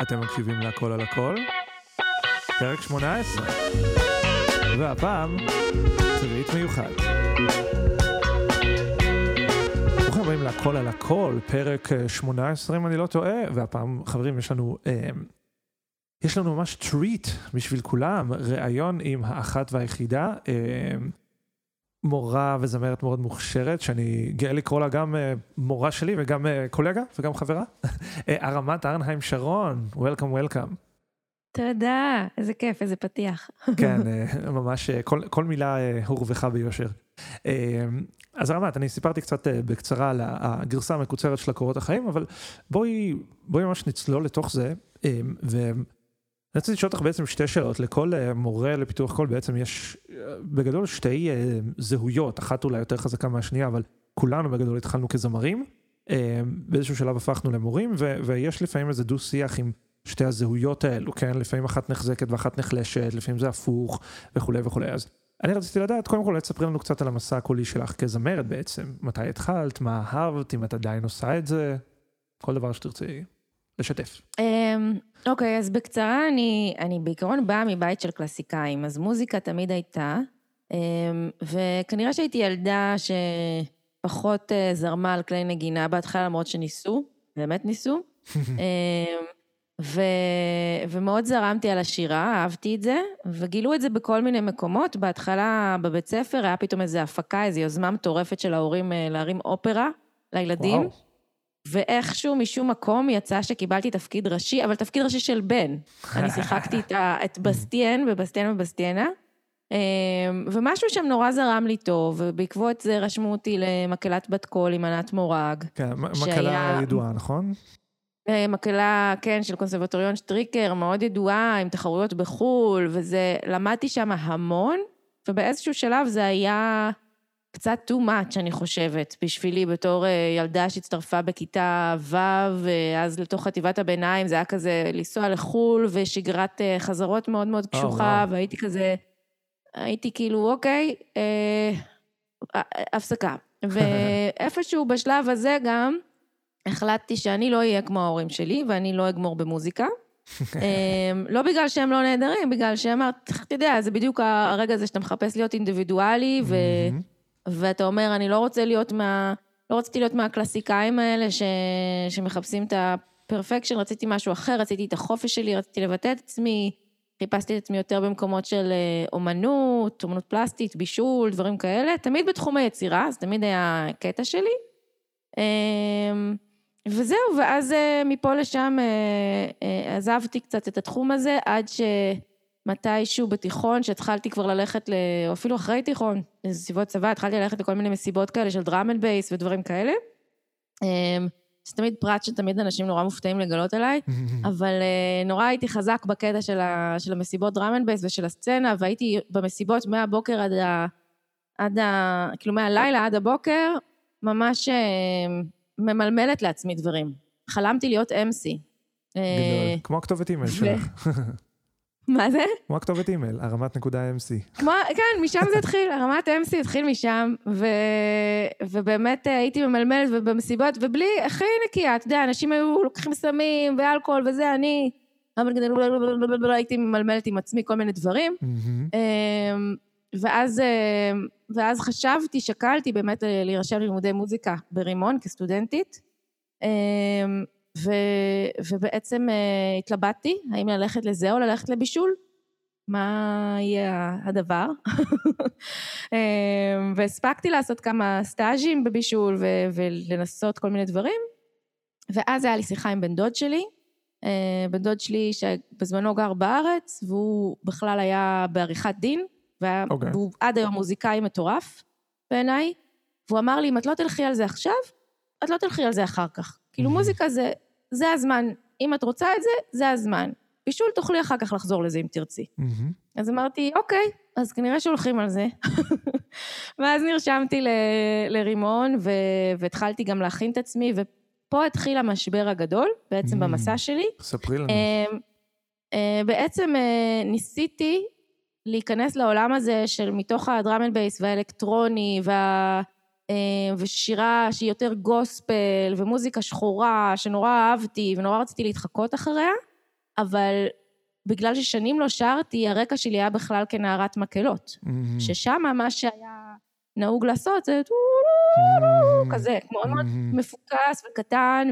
אתם מקשיבים להכל על הכל, פרק 18, והפעם צביעית מיוחד. ברוכים הבאים להכל על הכל, פרק 18 אם אני לא טועה, והפעם חברים יש לנו ממש טריט בשביל כולם, ראיון עם האחת והיחידה, מורה וזמרת מאוד מוכשרת, שאני גאה לקרוא לה גם מורה שלי וגם קולגה וגם חברה. הרמת ארנהיים שרון, וולקאם. תודה, איזה כיף, איזה פתיח. כן, ממש כל מילה הורווחה ביושר. אז הרמת, אני סיפרתי קצת בקצרה על הגרסה המקוצרת של הקורות החיים, אבל בואי ממש נצלול לתוך זה, אני רוצה לשאול אותך בעצם שתי שאלות. לכל מורה לפיתוח קול בעצם יש בגדול שתי זהויות, אחת אולי יותר חזקה מהשנייה, אבל כולנו בגדול התחלנו כזמרים, באיזשהו שלב הפכנו למורים, ויש לפעמים איזה דו שיח עם שתי הזהויות האלו, כן? לפעמים אחת נחזקת ואחת נחלשת, לפעמים זה הפוך וכו' וכו'. אז אני רציתי לדעת, קודם כל, תספרי לנו קצת על המסע הקולי שלך כזמרת בעצם. מתי התחלת, מה אהבת, אם את עדיין עושה את זה, כל דבר שתרצי לשתף. אוקיי, אז בקצרה, אני בעיקרון באה מבית של קלאסיקאים, אז מוזיקה תמיד הייתה, וכנראה שהייתי ילדה שפחות זרמה על כלי נגינה בהתחלה, למרות שניסו, באמת ניסו, ומאוד זרמתי על השירה, אהבתי את זה, וגילו את זה בכל מיני מקומות. בהתחלה בבית ספר היה פתאום איזו הפקה, איזו יוזמה מטורפת של ההורים להרים אופרה לילדים, וואו. ואיכשהו משום מקום יצא שקיבלתי תפקיד ראשי, אבל תפקיד ראשי של בן. אני שיחקתי את בסטיין ובסטיינה, ומשהו שם נורא זרם לי טוב, ובעקבות זה רשמו אותי למקהלת בת קול עם ענת מורג. כן, מקהלה ידועה, נכון? מקהלה, כן, של קונסרבטוריון שטריקר, מאוד ידועה, עם תחרויות בחול, וזה, למדתי שם המון, ובאיזשהו שלב זה היה קצת too much, אני חושבת, בשבילי, בתור ילדה שהצטרפה בכיתה ו', ואז לתוך חטיבת הביניים, זה היה כזה לנסוע לחול, ושגרת חזרות מאוד מאוד קשוחה, והייתי כזה, הייתי כאילו, אוקיי, הפסקה. ואיפשהו בשלב הזה גם, החלטתי שאני לא אהיה כמו ההורים שלי, ואני לא אגמור במוזיקה. לא בגלל שהם לא נהדרים, בגלל שהם, אתה יודע, זה בדיוק הרגע הזה שאתה מחפש להיות אינדיבידואלי, ואתה אומר, אני לא רציתי להיות מהקלאסיקאים האלה, שמחפשים את הפרפקשן, רציתי משהו אחר, רציתי את החופש שלי, רציתי לבטא את עצמי, חיפשתי את עצמי יותר במקומות של אומנות פלסטית, בישול, דברים כאלה, תמיד בתחום היצירה, זה תמיד היה קטע שלי. וזהו, ואז מפה לשם עזבתי קצת את התחום הזה, עד שמתישהו בתיכון, שהתחלתי כבר ללכת, או אפילו אחרי תיכון, לסביבות צבא, התחלתי ללכת לכל מיני מסיבות כאלה, של דראם אנד בייס ודברים כאלה. זה תמיד פרט שתמיד אנשים נורא מופתעים לגלות עליי, אבל נורא הייתי חזק בקטע של המסיבות דראם אנד בייס ושל הסצנה, והייתי במסיבות מהבוקר כאילו מהלילה עד הבוקר, ממש ממלמלת לעצמי דברים. חלמתי להיות MC. כמו הכתובת אימייל שלך. מה זה? כמו הכתובת אימייל, הרמת.mc. כן, משם זה התחיל, הרמת MC התחיל משם, ובאמת הייתי ממלמלת ובמסיבות, ובלי, הכי נקייה, אתה יודע, אנשים היו לוקחים סמים ואלכוהול וזה, אני הייתי ממלמלת עם עצמי כל מיני דברים, ואז חשבתי, שקלתי באמת להירשם ללימודי מוזיקה ברימון כסטודנטית, ובעצם התלבטתי, האם ללכת לזה או ללכת לבישול, מה יהיה הדבר, והספקתי לעשות כמה סטאז'ים בבישול, ולנסות כל מיני דברים, ואז היה לי שיחה עם בן דוד שלי, בן דוד שלי שבזמנו גר בארץ, והוא בכלל היה בעריכת דין, והוא עד היום מוזיקאי מטורף בעיניי, והוא אמר לי, אם את לא תלכי על זה עכשיו, את לא תלכי על זה אחר כך. כאילו מוזיקה זה הזמן, אם את רוצה את זה, זה הזמן. בישול תוכלי אחר כך לחזור לזה אם תרצי. אז אמרתי, אוקיי, אז כנראה שהולכים על זה. ואז נרשמתי לרימון, והתחלתי גם להכין את עצמי, ופה התחיל המשבר הגדול, בעצם במסע שלי. ספרי לנו. בעצם ניסיתי, להיכנס לעולם הזה של מתוך הדראם אנד בייס והאלקטרוני ושירה שהיא יותר גוספל ומוזיקה שחורה שנורא אהבתי ונורא רציתי להתחקות אחריה, אבל בגלל ששנים לא שרתי, הרקע שלי היה בכלל כנערת מקהלות, ששם מה שהיה נהוג לעשות זה כזה, מאוד מאוד מפוקס וקטן,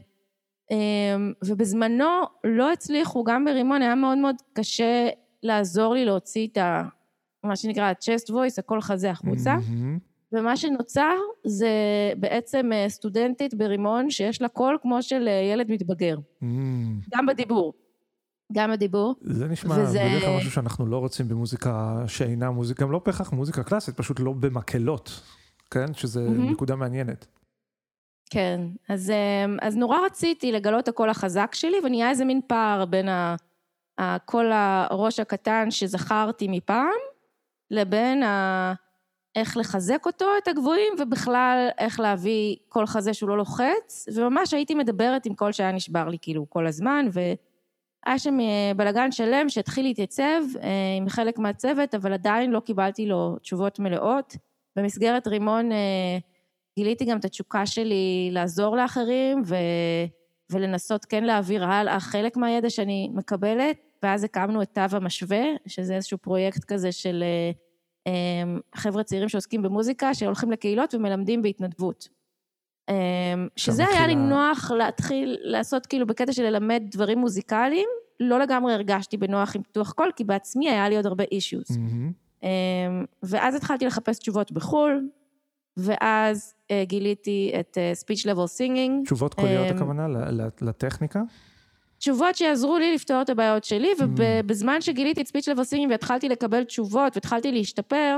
ובזמנו לא הצליחו, גם ברימון היה מאוד מאוד קשה לעזור לי להוציא את מה שנקרא ה-chest voice, הקול חזה החוצה, ומה שנוצר זה בעצם סטודנטית ברימון שיש לה קול כמו של ילד מתבגר, גם בדיבור. גם הדיבור. זה נשמע בדרך כלל משהו שאנחנו לא רוצים במוזיקה שאינה מוזיקה, גם לא בהכרח מוזיקה קלאסית, פשוט לא במקהלות, כן? שזה נקודה מעניינת. כן, אז נורא רציתי לגלות הקול החזק שלי, ונהיה איזה מין פער בין הקול הראש הקטן שזכרתי מפעם, לבין איך לחזק אותו, את הגבוהים, ובכלל איך להביא קול חזה שהוא לא לוחץ, וממש הייתי מדברת עם קול שהיה נשבר לי כאילו כל הזמן, היה שם בלגן שלם שהתחיל להתייצב עם חלק מהצוות, אבל עדיין לא קיבלתי לו תשובות מלאות. במסגרת רימון גיליתי גם את התשוקה שלי לעזור לאחרים, ולנסות כן להעביר הלאה חלק מהידע שאני מקבלת, ואז הקמנו את תו המשווה, שזה איזשהו פרויקט כזה של חבר'ה צעירים שעוסקים במוזיקה, שהולכים לקהילות ומלמדים בהתנדבות. שזה היה לי נוח להתחיל לעשות כאילו בקטע של ללמד דברים מוזיקליים, לא לגמרי הרגשתי בנוח עם פיתוח קול, כי בעצמי היה לי עוד הרבה issues. ואז התחלתי לחפש תשובות בחול, ואז גיליתי את speech level singing. תשובות קוליות הכוונה לטכניקה? תשובות שיעזרו לי לפתור את הבעיות שלי, ובזמן שגיליתי את speech level singing והתחלתי לקבל תשובות, והתחלתי להשתפר,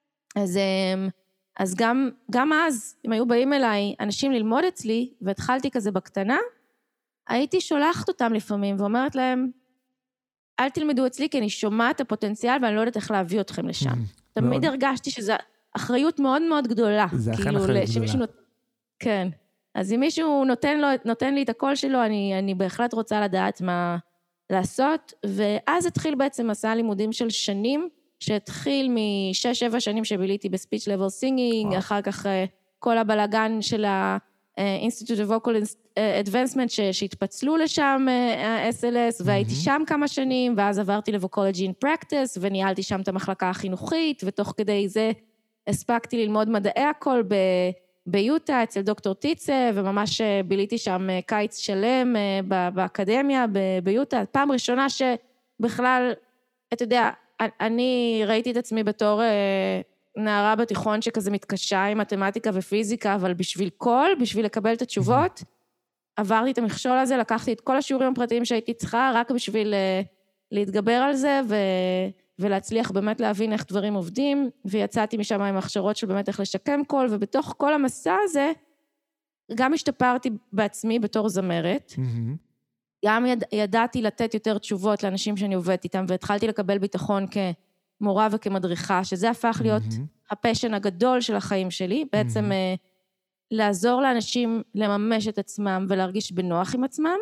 אז גם אז, אם היו באים אליי אנשים ללמוד אצלי, והתחלתי כזה בקטנה, הייתי שולחת אותם לפעמים, ואומרת להם, אל תלמדו אצלי, כי אני שומעת את הפוטנציאל, ואני לא יודעת איך להביא אתכם לשם. תמיד הרגשתי שזו אחריות מאוד מאוד גדולה. זה אכן אחריות גדולה. כן. אז אם מישהו נותן לי את הקול שלו, אני בהחלט רוצה לדעת מה לעשות, ואז התחיל בעצם מסע לימודים של שנים, שהתחיל מ6-7 שנים שביליתי בספיץ' לבל סינגינג, אחר כך כל הבלגן של ה-Institute of Vocal Advancement שהתפצלו לשם ה-SLS, והייתי שם כמה שנים, ואז עברתי ל-Vocology in Practice, וניהלתי שם את המחלקה החינוכית, ותוך כדי זה הספקתי ללמוד מדעי הקול ביוטה, אצל דוקטור טיצה, וממש ביליתי שם קיץ שלם באקדמיה ביוטה, פעם ראשונה שבכלל, אתה יודע, אני ראיתי את עצמי בתור נערה בתיכון שכזה מתקשה עם מתמטיקה ופיזיקה, אבל בשביל בשביל לקבל את התשובות, עברתי את המכשול הזה, לקחתי את כל השיעורים הפרטיים שהייתי צריכה, רק בשביל להתגבר על זה, ולהצליח באמת להבין איך דברים עובדים, ויצאתי משם עם הכשרות של באמת איך לשקם קול, ובתוך כל המסע הזה, גם השתפרתי בעצמי בתור זמרת, גם ידעתי לתת יותר תשובות לאנשים שאני עובדת איתם, והתחלתי לקבל ביטחון כמורה וכמדריכה, שזה הפך להיות הפשן הגדול של החיים שלי, בעצם לעזור לאנשים לממש את עצמם ולהרגיש בנוח עם עצמם,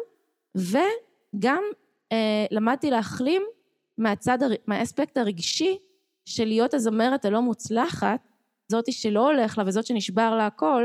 וגם למדתי להחלים מהאספקט הרגשי של להיות הזמרת הלא מוצלחת, זאת שלא הולך לה וזאת שנשבר לה הכל,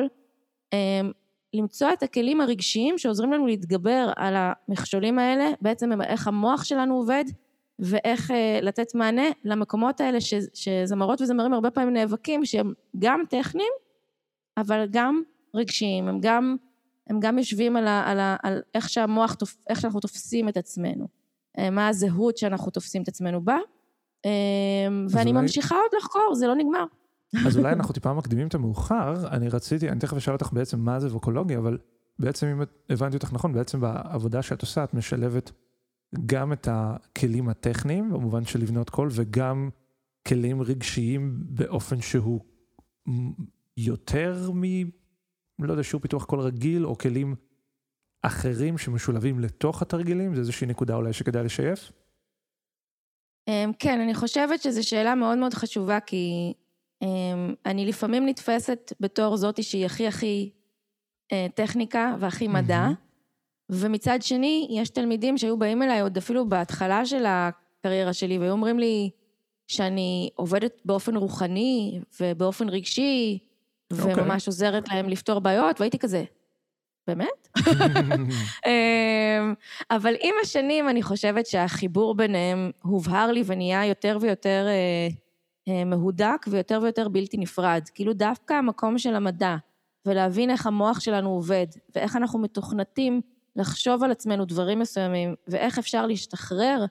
למצוא את הכלים הרגשיים שעוזרים לנו להתגבר על המכשולים האלה, בעצם איך המוח שלנו עובד, ואיך לתת מענה למקומות האלה שזמרות וזמרים הרבה פעמים נאבקים, שהם גם טכניים, אבל גם רגשיים, הם גם יושבים על איך שהמוח, איך שאנחנו תופסים את עצמנו, מה הזהות שאנחנו תופסים את עצמנו בה, ואני ממשיכה עוד לחקור, זה לא נגמר. אז אולי אנחנו טיפה מקדימים את המאוחר, אני תכף אשאל אותך בעצם מה זה ווקולוגיה, אבל בעצם אם הבנתי אותך נכון, בעצם בעבודה שאת עושה, את משלבת גם את הכלים הטכניים, במובן של לבנות קול, וגם כלים רגשיים באופן שהוא יותר לא יודע, שהוא פיתוח קול רגיל, או כלים אחרים שמשולבים לתוך התרגילים, זה איזושהי נקודה אולי שכדאי לשייף? כן, אני חושבת שזו שאלה מאוד מאוד חשובה, כי אני לפעמים נתפסת בתור זאתי שהיא הכי טכניקה והכי מדע, ומצד שני יש תלמידים שהיו באים אליי עוד אפילו בהתחלה של הקריירה שלי, והיו אומרים לי שאני עובדת באופן רוחני ובאופן רגשי, וממש עוזרת להם לפתור בעיות, והייתי כזה, באמת? אבל עם השנים אני חושבת שהחיבור ביניהם הובהר לי ונהיה יותר ויותר מהודק ויותר ויותר בלתי נפרד. כאילו דווקא המקום של המדע, ולהבין איך המוח שלנו עובד, ואיך אנחנו מתוכנתים לחשוב על עצמנו דברים מסוימים, ואיך אפשר להשתחרר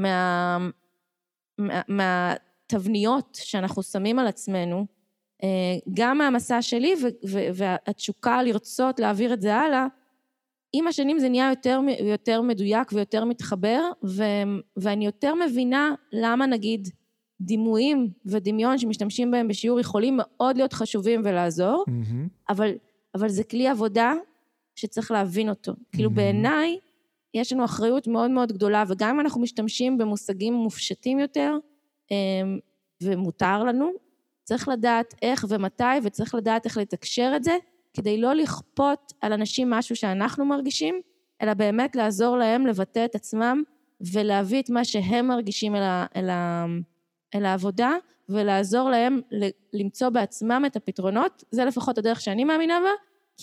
מהתבניות שאנחנו שמים על עצמנו, גם מהמסע שלי והתשוקה לרצות להעביר את זה הלאה, עם השנים זה נהיה יותר מדויק ויותר מתחבר, ואני יותר מבינה למה נגיד דימויים ודמיון שמשתמשים בהם בשיעור יכולים מאוד להיות חשובים ולעזור, אבל זה כלי עבודה שצריך להבין אותו. כאילו בעיניי יש לנו אחריות מאוד מאוד גדולה, וגם אם אנחנו משתמשים במושגים מופשטים יותר, ומותר לנו, צריך לדעת איך ומתי, וצריך לדעת איך לתקשר את זה, כדי לא לכפות על אנשים משהו שאנחנו מרגישים, אלא באמת לעזור להם לבטא את עצמם, ולהביא את מה שהם מרגישים אל העבודה, ולעזור להם למצוא בעצמם את הפתרונות. זה לפחות הדרך שאני מאמינה בה, כי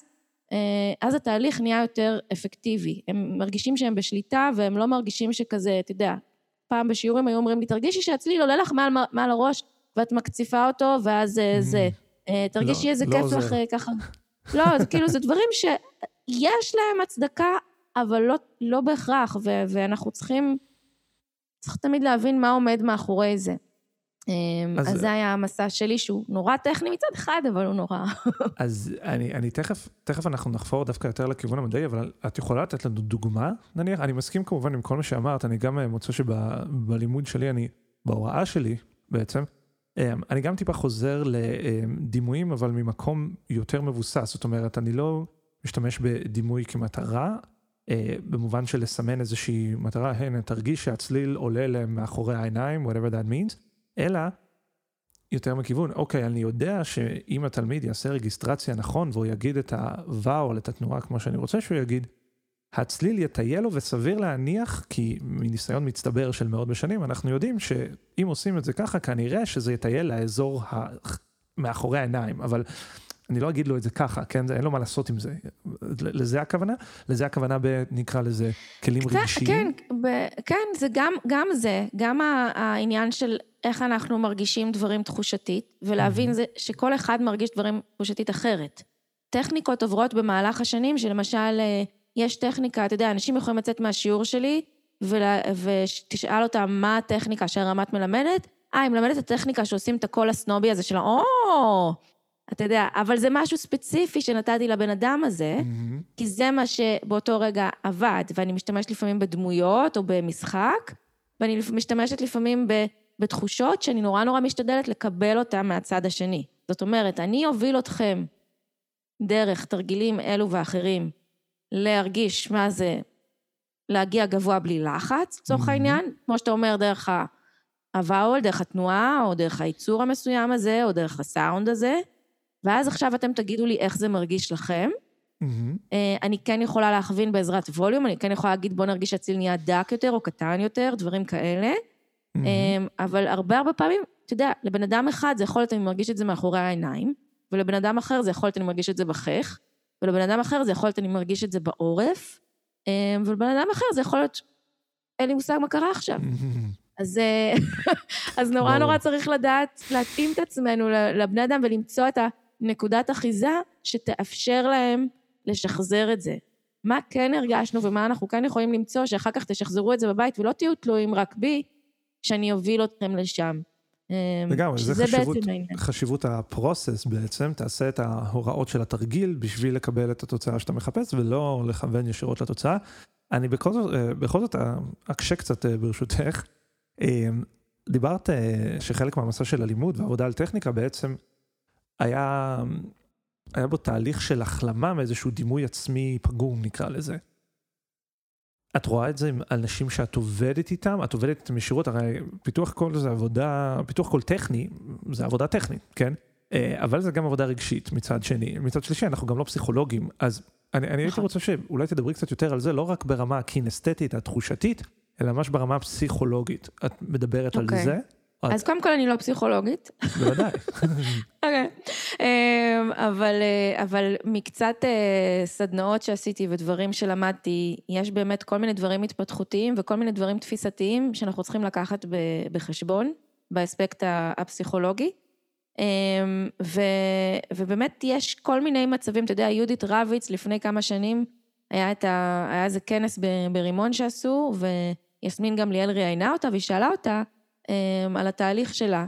אז התהליך נהיה יותר אפקטיבי. הם מרגישים שהם בשליטה, והם לא מרגישים שכזה, אתה יודע, פעם בשיעורים היו אומרים לי, תרגישי שהצליל עולה לך מעל הראש, ואת מקציפה אותו, ואז זה, תרגישי איזה כיף לך ככה. לא, זה כאילו, זה דברים שיש להם הצדקה, אבל לא בהכרח, ואנחנו צריך תמיד להבין מה עומד מאחורי זה. אז זה היה המסע שלי, שהוא נורא טכני מצד אחד, אבל הוא נורא. אז אני תכף אנחנו נחפור דווקא יותר לכיוון המדעי, אבל את יכולה לתת לנו דוגמה, נניח? אני מסכים כמובן עם כל מה שאמרת, אני גם מוצא שבלימוד שלי, בהוראה שלי בעצם, אני גם טיפה חוזר לדימויים, אבל ממקום יותר מבוסס, זאת אומרת, אני לא משתמש בדימוי כמטרה, במובן של לסמן איזושהי מטרה, הנה, תרגיש שהצליל עולה להם מאחורי העיניים, whatever that means, אלא יותר מכיוון, אוקיי, אני יודע שאם התלמיד יעשה רגיסטרציה נכון, והוא יגיד את הוואול, את התנועה כמו שאני רוצה שהוא יגיד, הצליל יטייל לו וסביר להניח, כי מניסיון מצטבר של מאוד בשנים, אנחנו יודעים שאם עושים את זה ככה, כנראה שזה יטייל לאזור מאחורי העיניים, אבל אני לא אגיד לו את זה ככה, כן? אין לו מה לעשות עם זה. לזה הכוונה? לזה הכוונה נקרא לזה כלים רגשיים? כן, זה גם זה, גם העניין של איך אנחנו מרגישים דברים תחושתית, ולהבין זה שכל אחד מרגיש דברים תחושתית אחרת. טכניקות עוברות במהלך השנים, שלמשל יש טכניקה, אתה יודע, אנשים יכולים לצאת מהשיעור שלי, ותשאל אותם מה הטכניקה שהרמת מלמדת, היא מלמדת את הטכניקה שעושים את הקול הסנובי הזה שלה, אתה יודע, אבל זה משהו ספציפי שנתתי לבן אדם הזה, כי זה מה שבאותו רגע עבד, ואני משתמשת לפעמים בדמויות או במשחק, ואני משתמשת לפעמים בתחושות שאני נורא נורא משתדלת לקבל אותם מהצד השני. זאת אומרת, אני אוביל אתכם דרך תרגילים אלו ואחרים, להרגיש מה זה להגיע גבוה בלי לחץ, לצורך העניין, כמו שאתה אומר, דרך הוואול, דרך התנועה, או דרך הייצור המסוים הזה, או דרך הסאונד הזה, ואז עכשיו אתם תגידו לי איך זה מרגיש לכם. אני כן יכולה להכווין בעזרת ווליום, אני כן יכולה להגיד בוא נרגיש שהציל נהיה דק יותר או קטן יותר, דברים כאלה. אבל הרבה פעמים, אתה יודע, לבן אדם אחד זה יכול להיות אני מרגיש את זה מאחורי העיניים, ולבן אדם אחר זה יכול להיות אני מרגיש את זה בחך, ולבן אדם אחר זה יכול להיות אני מרגיש את זה בעורף, ולבן אדם אחר זה יכול להיות, אין לי מושג מה קרה עכשיו. אז נורא צריך לדעת, להתאים את עצמנו לבני אדם, ולמצוא את הנקודת אחיזה, שתאפשר להם לשחזר את זה. מה כן הרגשנו, ומה אנחנו כן יכולים למצוא, שאחר כך תשחזרו את זה בבית, ולא תהיו תלויים רק בי, שאני אוביל אתכם לשם. לגמרי, זה חשיבות הפרוסס בעצם, תעשה את ההוראות של התרגיל, בשביל לקבל את התוצאה שאתה מחפש, ולא לכוון ישירות לתוצאה. אני בכל זאת אקשה קצת ברשותך, דיברת שחלק מהמסע של הלימוד והעבודה על טכניקה בעצם היה בו תהליך של החלמה מאיזשהו דימוי עצמי פגום נקרא לזה. את רואה את זה עם אנשים שאת עובדת איתם? את עובדת איתם ישירות, הרי פיתוח קול זה עבודה, פיתוח קול טכני, זה עבודה טכנית, כן? אבל זה גם עבודה רגשית מצד שני. מצד שלישי, אנחנו גם לא פסיכולוגים, אז אני הייתי רוצה שאולי תדברי קצת יותר על זה, לא רק ברמה הקינסתטית, התחושתית, אלא ממש ברמה הפסיכולוגית. את מדברת על זה? אז קודם כל אני לא פסיכולוגית. בוודאי. אוקיי. אבל מקצת סדנאות שעשיתי ודברים שלמדתי, יש באמת כל מיני דברים התפתחותיים וכל מיני דברים תפיסתיים שאנחנו צריכים לקחת בחשבון, באספקט הפסיכולוגי. ובאמת יש כל מיני מצבים, אתה יודע, יהודית רביץ לפני כמה שנים, היה איזה כנס ברימון שעשו, ויסמין גמליאל ראיינה אותה, והיא שאלה אותה על התהליך שלה,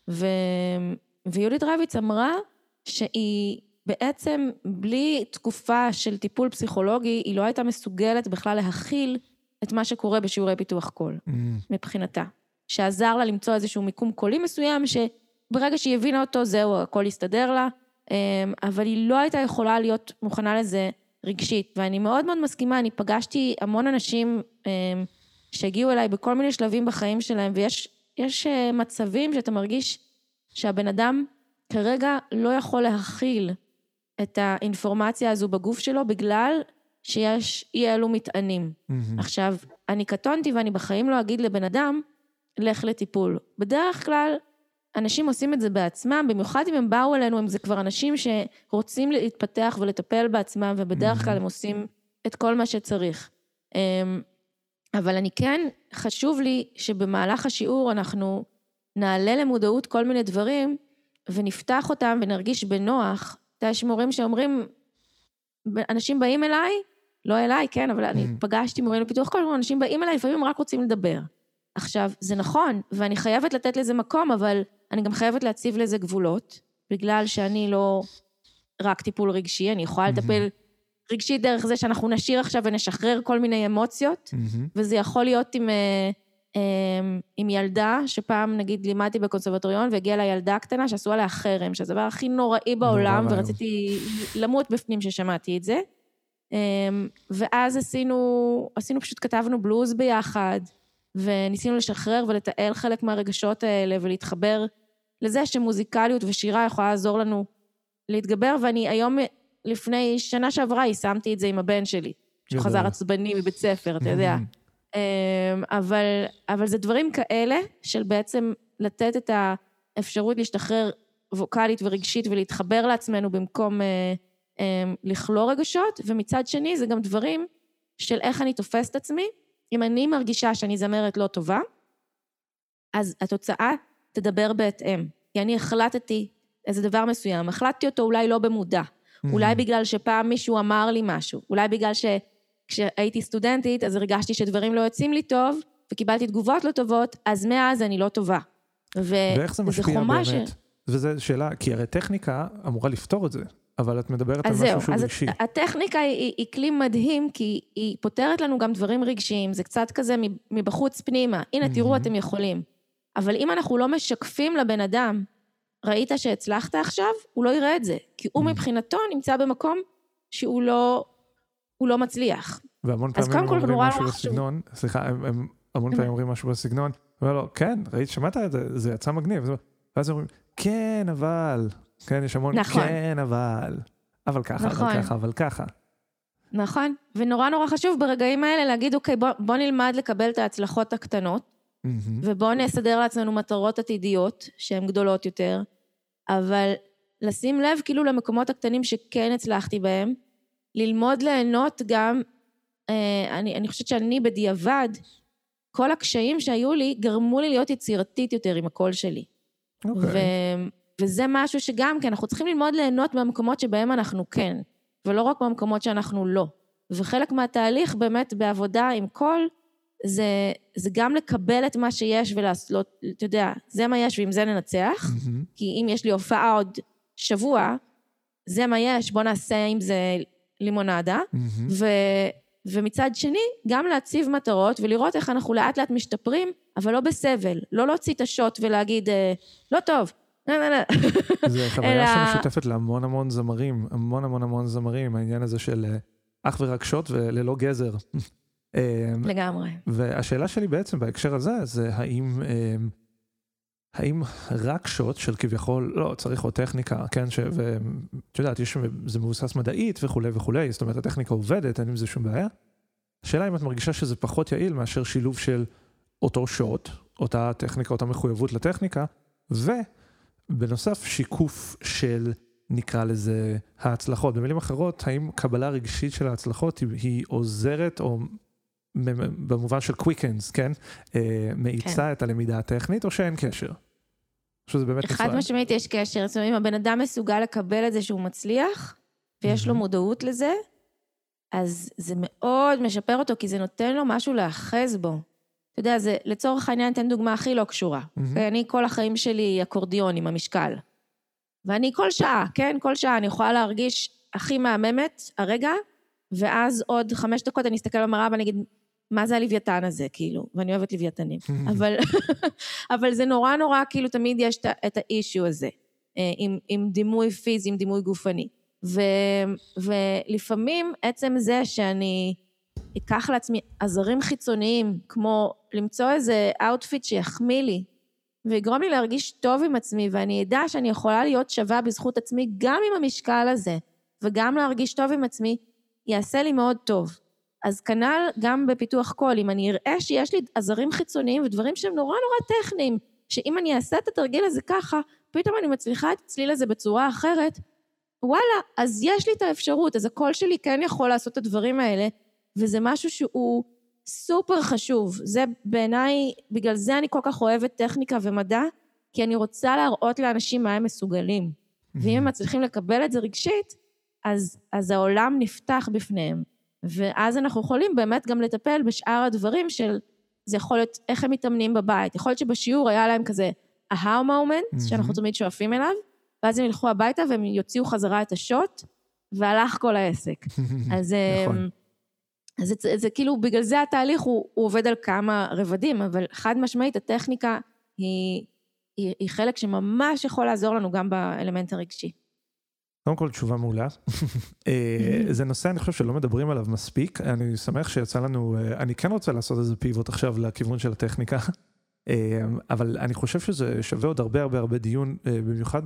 ויהודית רביץ אמרה שהיא בעצם בלי תקופה של טיפול פסיכולוגי, היא לא הייתה מסוגלת בכלל להכיל את מה שקורה בשיעורי פיתוח קול, מבחינתה. שעזר לה למצוא איזשהו מיקום קולי מסוים, שברגע שהיא הבינה אותו, זהו, הכל יסתדר לה, אבל היא לא הייתה יכולה להיות מוכנה לזה רגשית, ואני מאוד מאוד מסכימה, אני פגשתי המון אנשים שהגיעו אליי בכל מיני שלבים בחיים שלהם, ויש מצבים שאתה מרגיש שהבן אדם כרגע לא יכול להכיל את האינפורמציה הזו בגוף שלו, בגלל שיש אי אלו מטענים. עכשיו, אני קטונתי ואני בחיים לא אגיד לבן אדם, לך לטיפול. בדרך כלל, אנשים עושים את זה בעצמם, במיוחד אם הם באו אלינו, זה כבר אנשים שרוצים להתפתח ולטפל בעצמם, ובדרך כלל הם עושים את כל מה שצריך. אבל אני כן, חשוב לי שבמהלך השיעור אנחנו נעלה למודעות כל מיני דברים, ונפתח אותם ונרגיש בנוח. יש מורים שאומרים, אנשים באים אליי, לא אליי, כן, אבל אני פגשתי מורים לפיתוח קול, אנשים באים אליי, לפעמים הם רק רוצים לדבר. עכשיו, זה נכון, ואני חייבת לתת לזה מקום, אבל אני גם חייבת להציב לזה גבולות, בגלל שאני לא רק טיפול רגשי, אני יכולה לטפל רגשית דרך זה שאנחנו נשאיר עכשיו ונשחרר כל מיני אמוציות, וזה יכול להיות עם ילדה, שפעם נגיד לימדתי בקונסרבטוריון, והגיעה לה ילדה קטנה שעשו עליה חרם, שזה הדבר הכי נוראי בעולם, ורציתי למות בפנים ששמעתי את זה, ואז עשינו פשוט כתבנו בלוז ביחד, וניסינו לשחרר ולתאל חלק מהרגשות האלה, ולהתחבר לזה שמוזיקליות ושירה יכולה לעזור לנו להתגבר, ואני היום, לפני שנה שעברה, יישמתי את זה עם הבן שלי, שהוא חזר עצבני מבית ספר, אתה יודע. אבל זה דברים כאלה, של בעצם לתת את האפשרות להשתחרר ווקלית ורגשית, ולהתחבר לעצמנו במקום לכלוא רגשות, ומצד שני זה גם דברים של איך אני תופס את עצמי, אם אני מרגישה שאני זמרת לא טובה, אז התוצאה תדבר בהתאם. כי אני החלטתי איזה דבר מסוים, החלטתי אותו אולי לא במודע, אולי בגלל שפעם מישהו אמר לי משהו, אולי בגלל שכשהייתי סטודנטית, אז הרגשתי שדברים לא יוצאים לי טוב, וקיבלתי תגובות לא טובות, אז מאז אני לא טובה. ואיך זה משפיע באמת? וזו שאלה, כי הרי טכניקה אמורה לפתור את זה. אבל את מדברת על משהו שהוא רגשי. הטכניקה היא כלי מדהים, כי היא פותרת לנו גם דברים רגשיים, זה קצת כזה מבחוץ פנימה, הנה תראו אתם יכולים. אבל אם אנחנו לא משקפים לבן אדם, ראית שהצלחת עכשיו, הוא לא יראה את זה, כי הוא מבחינתו נמצא במקום שהוא לא מצליח. והמון פעמים אומרים משהו בסגנון, סליחה, הם המון פעמים אומרים משהו בסגנון, אומר לו, כן, ראית, שמעת את זה, זה יצא מגניב, ואז אומרים, כן, אבל... כן, יש המון, נכון. כן, אבל ככה, נכון. אבל ככה, אבל ככה. נכון, ונורא נורא חשוב ברגעים האלה להגיד, אוקיי, בוא נלמד לקבל את ההצלחות הקטנות, ובוא נסדר לעצמנו מטרות עתידיות, שהן גדולות יותר, אבל לשים לב כאילו למקומות הקטנים שכן הצלחתי בהם, ללמוד ליהנות גם, אני חושבת שאני בדיעבד, כל הקשיים שהיו לי, גרמו לי להיות יצירתית יותר עם הקול שלי. אוקיי. וזה משהו שגם כן, אנחנו צריכים ללמוד ליהנות במקומות שבהם אנחנו כן, ולא רק במקומות שאנחנו לא. וחלק מהתהליך באמת בעבודה עם קול, זה גם לקבל את מה שיש ולעשות, אתה יודע, זה מה יש ועם זה ננצח, כי אם יש לי הופעה עוד שבוע, זה מה יש, בוא נעשה עם זה לימונדה, ומצד שני, גם להציב מטרות ולראות איך אנחנו לאט לאט משתפרים, אבל לא בסבל, לא להוציא את השוט ולהגיד, לא טוב, זה חוויה שמשותפת להמון המון זמרים, המון זמרים, העניין הזה של אך ורק שוט וללא גזר. לגמרי. והשאלה שלי בעצם בהקשר הזה, זה האם רק שוט של כביכול, לא, צריך עוד טכניקה, כן, ואת יודעת, זה מבוסס מדעית וכולי, זאת אומרת, הטכניקה עובדת, אין עם זה שום בעיה. השאלה אם את מרגישה שזה פחות יעיל מאשר שילוב של אותו שוט, אותה טכניקה, אותה מחויבות לטכניקה, ובנוסף שיקוף של, נקרא לזה, ההצלחות. במילים אחרות, האם קבלה רגשית של ההצלחות היא עוזרת, או במובן של קוויקנס, כן? מאיצה את הלמידה הטכנית, או שאין קשר? שזה באמת נפרד. אחד משמעית יש קשר, זאת אומרת, אם הבן אדם מסוגל לקבל את זה שהוא מצליח, ויש לו מודעות לזה, אז זה מאוד משפר אותו, כי זה נותן לו משהו לאחז בו. אתה יודע, זה לצורך העניין, תן דוגמה הכי לא קשורה. אני כל החיים שלי אקורדיון עם המשקל. ואני כל שעה, כן? כל שעה אני יכולה להרגיש הכי מהממת הרגע, ואז עוד 5 דקות אני אסתכל במראה ואני אגיד, מה זה הלוויתן הזה, כאילו? ואני אוהבת לוויתנים. אבל זה נורא נורא, כאילו תמיד יש את האישיו הזה, עם דימוי פיזי, עם דימוי גופני. ולפעמים עצם זה שאני אקח לעצמי עזרים חיצוניים, כמו למצוא איזה אאוטפיט שיחמיא לי, ויגרום לי להרגיש טוב עם עצמי, ואני אדע שאני יכולה להיות שווה בזכות עצמי, גם עם המשקל הזה, וגם להרגיש טוב עם עצמי, יעשה לי מאוד טוב. אז כנ"ל גם בפיתוח קול, אם אני אראה שיש לי עזרים חיצוניים, ודברים שהם נורא נורא טכניים, שאם אני אעשה את התרגיל הזה ככה, פתאום אני מצליחה את הצליל הזה בצורה אחרת, וואלה, אז יש לי את האפשרות, אז הקול שלי כן יכול לעשות את הדברים האלה, וזה משהו שהוא סופר חשוב. זה בעיניי, בגלל זה אני כל כך אוהבת טכניקה ומדע, כי אני רוצה להראות לאנשים מה הם מסוגלים. ואם הם מצליחים לקבל את זה רגשית, אז העולם נפתח בפניהם. ואז אנחנו יכולים באמת גם לטפל בשאר הדברים של, זה יכול להיות איך הם מתאמנים בבית. יכול להיות שבשיעור היה להם כזה ההאו מומנט, שאנחנו תמיד שואפים אליו, ואז הם ילכו הביתה והם יוציאו חזרה את השוט, והלך כל העסק. אז זה כאילו, בגלל זה התהליך הוא עובד על כמה רבדים, אבל חד משמעית, הטכניקה היא חלק שממש יכול לעזור לנו גם באלמנט הרגשי. קודם כל, תשובה מעולה. זה נושא, אני חושב שלא מדברים עליו מספיק. אני שמח שיצא לנו, אני כן רוצה לעשות איזה פיבוט עכשיו לכיוון של הטכניקה, אבל אני חושב שזה שווה עוד הרבה דיון, במיוחד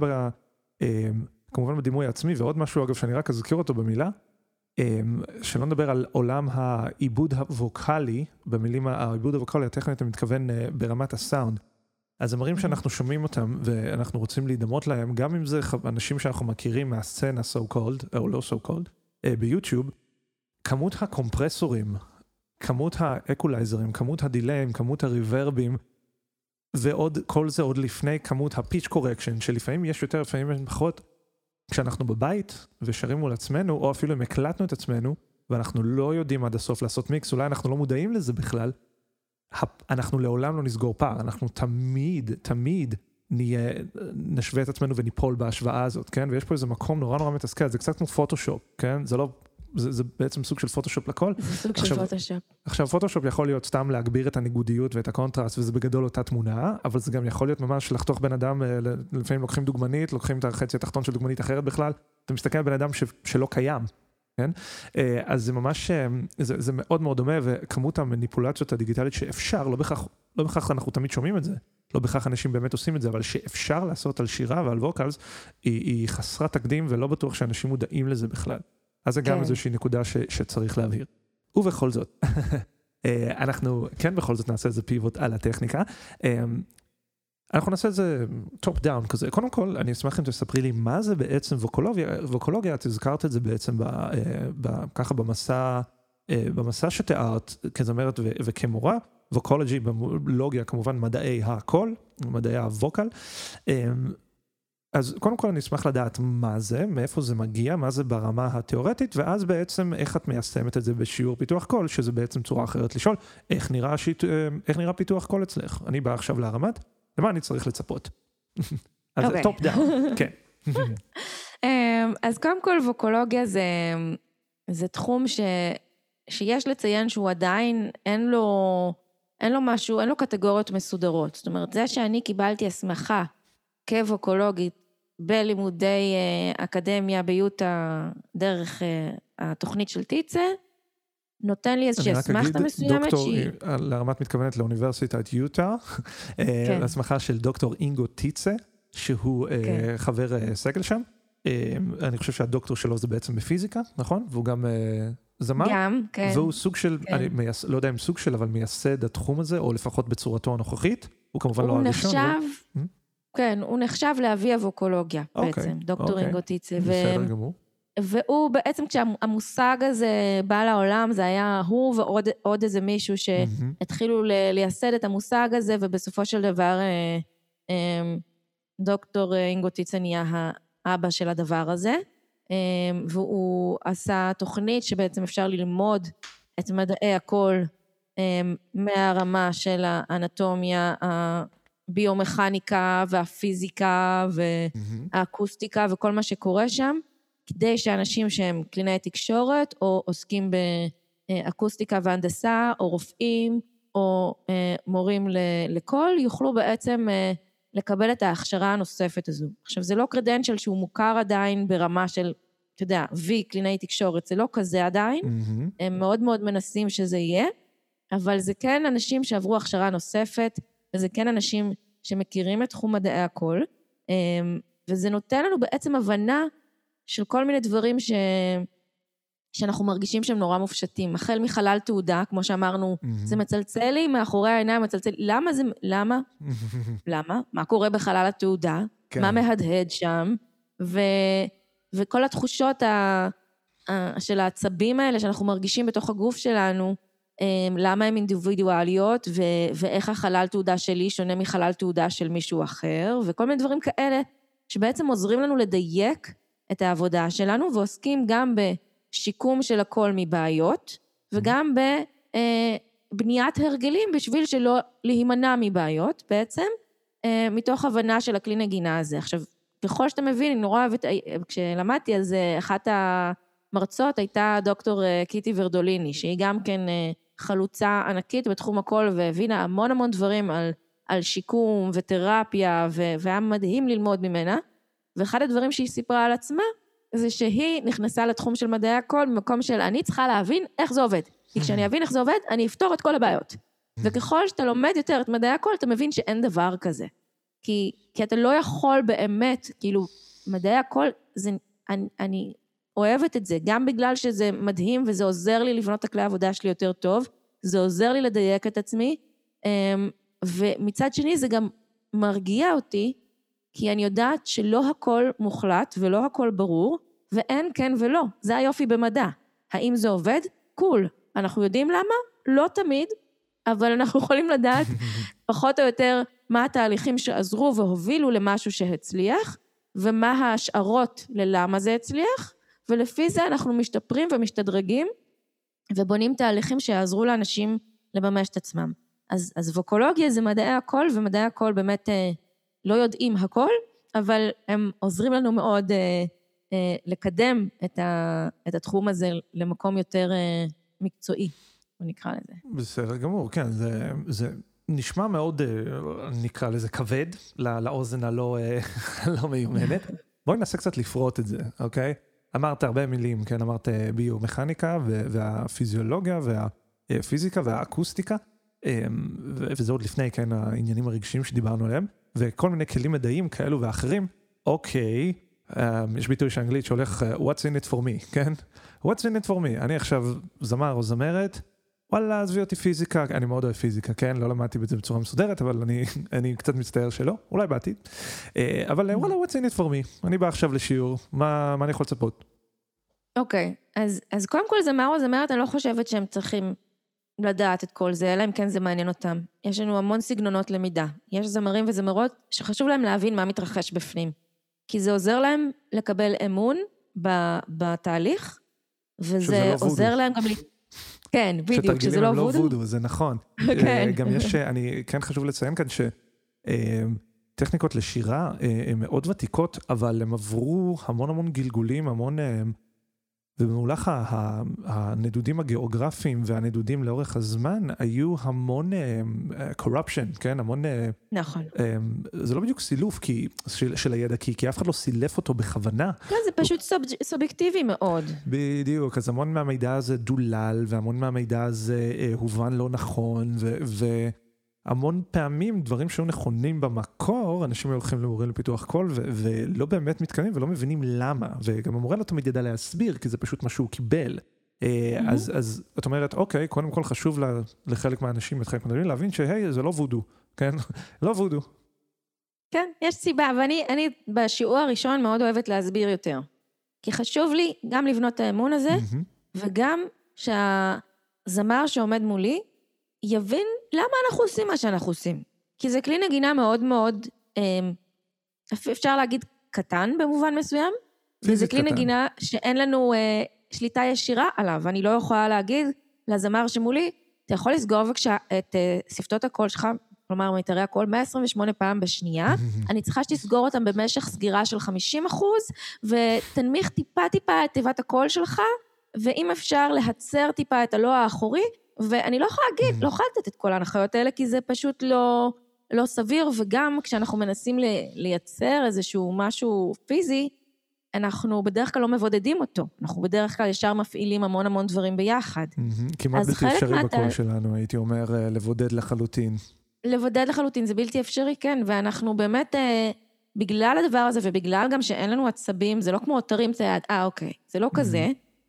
כמובן בדימוי העצמי, ועוד משהו אגב שאני רק אזכיר אותו במילה, שלא נדבר על עולם העיבוד הווקלי, במילים העיבוד הווקלי הטכנית, אני מתכוון ברמת הסאונד. הזמרים שאנחנו שומעים אותם, ואנחנו רוצים להידמות להם, גם אם זה אנשים שאנחנו מכירים מהסצנה so called, או לא so called, ביוטיוב, כמות הקומפרסורים, כמות האקולייזרים, כמות הדיליים, כמות הריברבים, ועוד, כל זה עוד לפני כמות הפיץ' קורקשן, שלפעמים יש יותר, לפעמים יש פחות, כשאנחנו בבית ושרים מול עצמנו, או אפילו אם הקלטנו את עצמנו, ואנחנו לא יודעים עד הסוף לעשות מיקס, אולי אנחנו לא מודעים לזה בכלל, אנחנו לעולם לא נסגור פער, אנחנו תמיד נשווה את עצמנו וניפול בהשוואה הזאת, כן? ויש פה איזה מקום נורא מתסכל, זה קצת כמו פוטושופ, כן? זה בעצם סוג של פוטושופ לכל. זה סוג של פוטושופ. עכשיו, פוטושופ יכול להיות סתם להגביר את הניגודיות ואת הקונטרסט, וזה בגדול אותה תמונה, אבל זה גם יכול להיות ממש לחתוך בן אדם, לפעמים לוקחים דוגמנית, לוקחים את החצי התחתון של דוגמנית אחרת בכלל, אתה מסתכל על בן אדם שלא קיים, כן? אז זה ממש, זה מאוד מאוד דומה, וכמות המניפולציות הדיגיטלית שאפשר, לא בכך אנחנו תמיד שומעים את זה, לא בכך אנשים באמת עושים את זה, אבל שאפשר לעשות על שירה ועל ווקלס, היא חסרת תקדים, ולא בטוח שאנשים מודעים לזה בכלל. אז זה גם איזושהי נקודה שצריך להבהיר. ובכל זאת, אנחנו כן בכל זאת נעשה איזה פיבוט על הטכניקה. אנחנו נעשה איזה טופ דאון כזה. קודם כל, אני אשמח אם תספרי לי מה זה בעצם ווקולוגיה. את הזכרת את זה בעצם ככה במסע שתיארת כזמרת וכמורה. ווקולוגי בלוגיה, כמובן מדעי הקול, מדעי הווקל. אז קודם כל אני אשמח לדעת מה זה, מאיפה זה מגיע, מה זה ברמה התיאורטית, ואז בעצם איך את מיישמת את זה בשיעור פיתוח קול, שזה בעצם צורה אחרת לשאול, איך נראה פיתוח קול אצלך? אני בא עכשיו להרמת, למה אני צריך לצפות? אז טופ דאון, כן. אז קודם כל ווקולוגיה זה תחום שיש לציין שהוא עדיין אין לו משהו, אין לו קטגוריות מסודרות. זאת אומרת, זה שאני קיבלתי הסמכה כווקולוגית בלימודי אקדמיה ביוטה דרך התוכנית של טיצה, נותן לי איזושהי הסמכתה מסוימת שהיא... להרמת מתכוונת לאוניברסיטת יוטה, הסמכה של דוקטור אינגו טיצה, שהוא חבר סגל שם. אני חושב שהדוקטור שלו זה בעצם בפיזיקה, נכון? והוא גם זמר? גם, כן. והוא סוג של, כן. אני לא יודע אם סוג של, אבל מייסד התחום הזה, או לפחות בצורתו הנוכחית. הוא כמובן לא הראשון. הוא נחשב, כן, הוא נחשב לאבי הווקולוגיה בעצם, דוקטור אינגו טיצה. בסדר גמור. והוא בעצם, כשהמושג הזה בא לעולם, זה היה הוא ועוד איזה מישהו שהתחילו לייסד את המושג הזה, ובסופו של דבר דוקטור אינגו טיצה נהיה האבא של הדבר הזה, והוא עשה תוכנית שבעצם אפשר ללמוד את מדעי הקול מהרמה של האנטומיה, הביומכניקה והפיזיקה והאקוסטיקה וכל מה שקורה שם, כדי שאנשים שהם קלינאי תקשורת או עוסקים באקוסטיקה והנדסה או רופאים או מורים לקול, יוכלו בעצם לקבל את ההכשרה הנוספת הזו. עכשיו זה לא קרדנשל שהוא מוכר עדיין ברמה של, אתה יודע, וי קלינאי תקשורת, זה לא כזה עדיין, הם מאוד מאוד מנסים שזה יהיה, אבל זה כן אנשים שעברו הכשרה נוספת, וזה כן אנשים שמכירים את תחום מדעי הקול, וזה נותן לנו בעצם הבנה של כל מיני דברים שאנחנו מרגישים שהם נורא מופשטים. החל מחלל תעודה, כמו שאמרנו, זה מצלצל לי מאחורי העיניים, מצלצל לי, למה? למה? מה קורה בחלל התעודה? מה מהדהד שם? וכל התחושות של העצבים האלה שאנחנו מרגישים בתוך הגוף שלנו, למה הן אינדיבידואליות, ואיך החלל תעודה שלי שונה מחלל תעודה של מישהו אחר, וכל מיני דברים כאלה שבעצם עוזרים לנו לדייק את העבודה שלנו, ועוסקים גם בשיקום של הכל מבעיות, וגם בבניית הרגלים בשביל שלא להימנע מבעיות בעצם, מתוך הבנה של הכלי נגינה הזה. עכשיו, ככל שאתה מבין, אני נורא אוהבת, כשלמדתי על זה, אחת המרצות הייתה דוקטור קיטי ורדוליני, שהיא גם כן חלוצה ענקית בתחום הקול, והבינה המון המון דברים על שיקום ותרפיה, והיה מדהים ללמוד ממנה, ואחד הדברים שהיא סיפרה על עצמה, זה שהיא נכנסה לתחום של מדעי הקול, במקום של אני צריכה להבין איך זה עובד, כי כשאני אבין איך זה עובד, אני אפתור את כל הבעיות. וככל שאתה לומד יותר את מדעי הקול, אתה מבין שאין דבר כזה. כי אתה לא יכול באמת, כאילו, מדעי הקול, אני אוהבת את זה, גם בגלל שזה מדהים, וזה עוזר לי לבנות את הכלי העבודה שלי יותר טוב, זה עוזר לי לדייק את עצמי, ומצד שני זה גם מרגיע אותי, כי אני יודעת שלא הכל מוחלט, ולא הכל ברור, ואין כן ולא, זה היופי במדע. האם זה עובד? קול. אנחנו יודעים למה? לא תמיד, אבל אנחנו יכולים לדעת פחות או יותר מה התהליכים שעזרו והובילו למשהו שהצליח, ומה ההשערות ללמה זה הצליח, ולפי זה אנחנו משתפרים ומשתדרגים, ובונים תהליכים שיעזרו לאנשים לממש את עצמם. אז ווקולוגיה זה מדעי הקול, ומדעי הקול באמת לא יודעים הכל, אבל הם עוזרים לנו מאוד לקדם את התחום הזה למקום יותר מקצועי, נקרא לזה. בסדר גמור, כן, זה נשמע מאוד, נקרא לזה כבד, לאוזן הלא מיומנת. בואי ננסה קצת לפרוט את זה, אוקיי? אמרת הרבה מילים, כן, אמרת ביומכניקה והפיזיולוגיה והפיזיקה והאקוסטיקה, וזה עוד לפני, כן, העניינים הרגשיים שדיברנו עליהם, וכל מיני כלים מדעיים כאלו ואחרים. אוקיי, יש ביטוי שאנגלית שהולך what's in it for me, כן? what's in it for me, אני עכשיו זמר או זמרת, וואלה, עזבי אותי פיזיקה, אני מאוד אוהב פיזיקה, כן? לא למדתי בזה בצורה מסודרת, אבל אני קצת מצטער שלא, אולי בעתיד. אבל וואלה, what's in it for me? אני בא עכשיו לשיעור, מה אני יכול לצפות? אוקיי, אז קודם כל זמר או זמרת, אני לא חושבת שהם צריכים לדעת את כל זה, אלא אם כן זה מעניין אותם. יש לנו המון סגנונות למידה. יש זמרים וזמרות שחשוב להם להבין מה מתרחש בפנים. כי זה עוזר להם לקבל אמון בתהליך, וזה עוזר להם גם כן, בדיוק, שזה לא וודו. זה נכון. כן. גם יש, אני כן חשוב לציין כאן שטכניקות לשירה הן מאוד ותיקות, אבל הם עברו המון גלגולים, ובמהלך הנדודים הגיאוגרפיים והנדודים לאורך הזמן, היו המון corruption, כן? המון... נכון. זה לא בדיוק סילוף של הידע, כי אף אחד לא סילף אותו בכוונה. לא, זה פשוט סובייקטיבי מאוד. בדיוק, אז המון מהמידע הזה דולל, והמון מהמידע הזה הובן לא נכון, והמון פעמים דברים שהיו נכונים במקור, אנשים הולכים למורים לפיתוח קול, ולא באמת מתקנים ולא מבינים למה, וגם המורה לא תמיד ידע להסביר, כי זה פשוט מה שהוא קיבל. אז את אומרת, אוקיי, קודם כל חשוב לחלק מהאנשים, לחלק מהאנשים, להבין שהי, זה לא וודו, כן? לא וודו. כן, יש סיבה, ואני בשיעור הראשון מאוד אוהבת להסביר יותר. כי חשוב לי גם לבנות את האמון הזה, וגם שהזמר שעומד מולי יבין למה אנחנו עושים מה שאנחנו עושים. כי זה כלי נגינה מאוד מאוד, אפשר להגיד קטן במובן מסוים, וזה כלי נגינה שאין לנו שליטה ישירה עליו. אני לא יכולה להגיד לזמר שמולי, אתה יכול לסגור בבקשה את שפתות הקול שלך, כלומר מיתרי הקול 128 פעם בשנייה, אני צריכה שתסגור אותם במשך סגירה של 50%, ותנמיך טיפה את תיבת הקול שלך, ואם אפשר להצר טיפה את הלוע האחורי, ואני לא יכולה להגיד, לא יכולה לתת את כל ההנחיות האלה, כי זה פשוט לא סביר, וגם כשאנחנו מנסים לייצר איזשהו משהו פיזי, אנחנו בדרך כלל לא מבודדים אותו, אנחנו בדרך כלל ישר מפעילים המון דברים ביחד. כמעט בלתי אפשרי בקול שלנו, הייתי אומר, לבודד לחלוטין. לבודד לחלוטין, זה בלתי אפשרי, כן, ואנחנו באמת, בגלל הדבר הזה, ובגלל גם שאין לנו עצבים, זה לא כמו תרים את היד, אוקיי, זה לא כזה,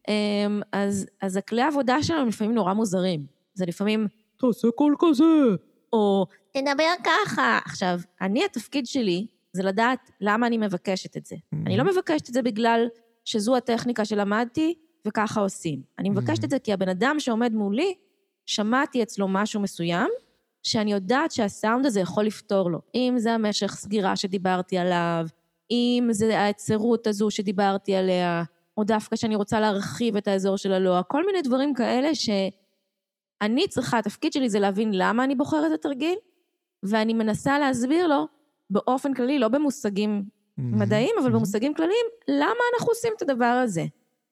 אז הכלי העבודה שלנו לפעמים נורא מוזרים. זה לפעמים, תעשה קול כזה, או תדבר ככה. עכשיו, התפקיד שלי, זה לדעת למה אני מבקשת את זה. אני לא מבקשת את זה בגלל שזו הטכניקה שלמדתי, וככה עושים. אני מבקשת את זה כי הבן אדם שעומד מולי, שמעתי אצלו משהו מסוים, שאני יודעת שהסאונד הזה יכול לפתור לו. אם זה המשך סגירה שדיברתי עליו, אם זה היצירות הזו שדיברתי עליה, או דווקא שאני רוצה להרחיב את האזור של הלוע, כל מיני דברים כאלה שאני צריכה, התפקיד שלי זה להבין למה אני בוחרת את התרגיל, ואני מנסה להסביר לו באופן כללי, לא במושגים מדעיים, אבל במושגים כלליים, למה אנחנו עושים את הדבר הזה.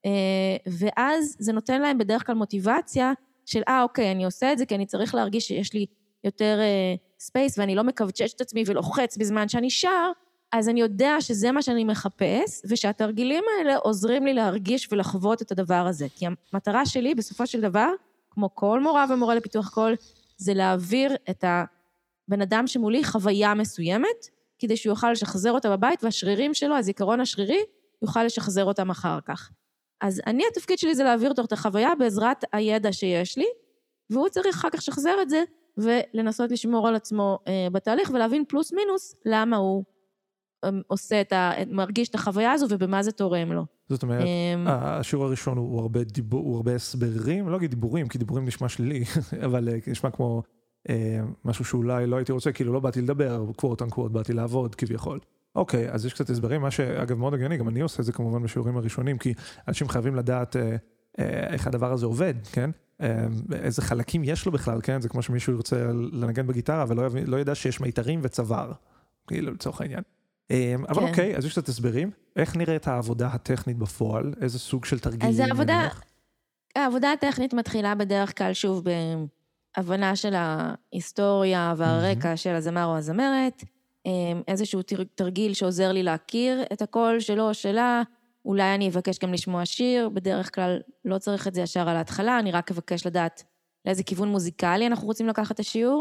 ואז זה נותן להם בדרך כלל מוטיבציה של, אוקיי, אני עושה את זה כי אני צריך להרגיש שיש לי יותר ספייס, ואני לא מקווצ'ש את עצמי ולוחץ בזמן שאני שר, אז אני יודע שזה מה שאני מחפש, ושהתרגילים האלה עוזרים לי להרגיש ולחוות את הדבר הזה. כי המטרה שלי, בסופו של דבר, כמו כל מורה ומורה לפיתוח קול, זה להעביר את הבן אדם שמולי חוויה מסוימת, כדי שהוא יוכל לשחזר אותה בבית, והשרירים שלו, הזיכרון השרירי, יוכל לשחזר אותם אחר כך. אז התפקיד שלי זה להעביר אותו את החוויה בעזרת הידע שיש לי, והוא צריך אחר כך לשחזר את זה, ולנסות לשמור על עצמו בתהליך, ולהבין פלוס מינוס למה הוא עושה מרגיש את החוויה הזו, ובמה זה תורם לו. זאת אומרת, השיעור הראשון הוא הרבה הסברים, לא אגיד דיבורים, כי דיבורים נשמע שלילי, אבל נשמע כמו משהו שאולי לא הייתי רוצה, כאילו לא באתי לדבר, קוורט אנקוורט, באתי לעבוד כביכול. אוקיי, אז יש קצת הסברים, מה שאגב מאוד הגיוני, גם אני עושה את זה כמובן בשיעורים הראשונים, כי אנשים חייבים לדעת איך הדבר הזה עובד, כן? איזה חלקים יש לו בכלל, כן? זה כמו שמישהו ירצה לנגן בגיטרה, ולא ידע שיש מיתרים וצוואר, כאילו לצורך העניין. אבל אוקיי, אז יש קצת הסברים. איך נראית העבודה הטכנית בפועל? איזה סוג של תרגילים? אז העבודה הטכנית מתחילה בדרך כלל שוב בהבנה של ההיסטוריה והרקע של הזמר או הזמרת, איזשהו תרגיל שעוזר לי להכיר את הקול שלו או שלה, אולי אני אבקש גם לשמוע שיר, בדרך כלל לא צריך את זה ישר על ההתחלה, אני רק אבקש לדעת לאיזה כיוון מוזיקלי אנחנו רוצים לקחת את השיעור,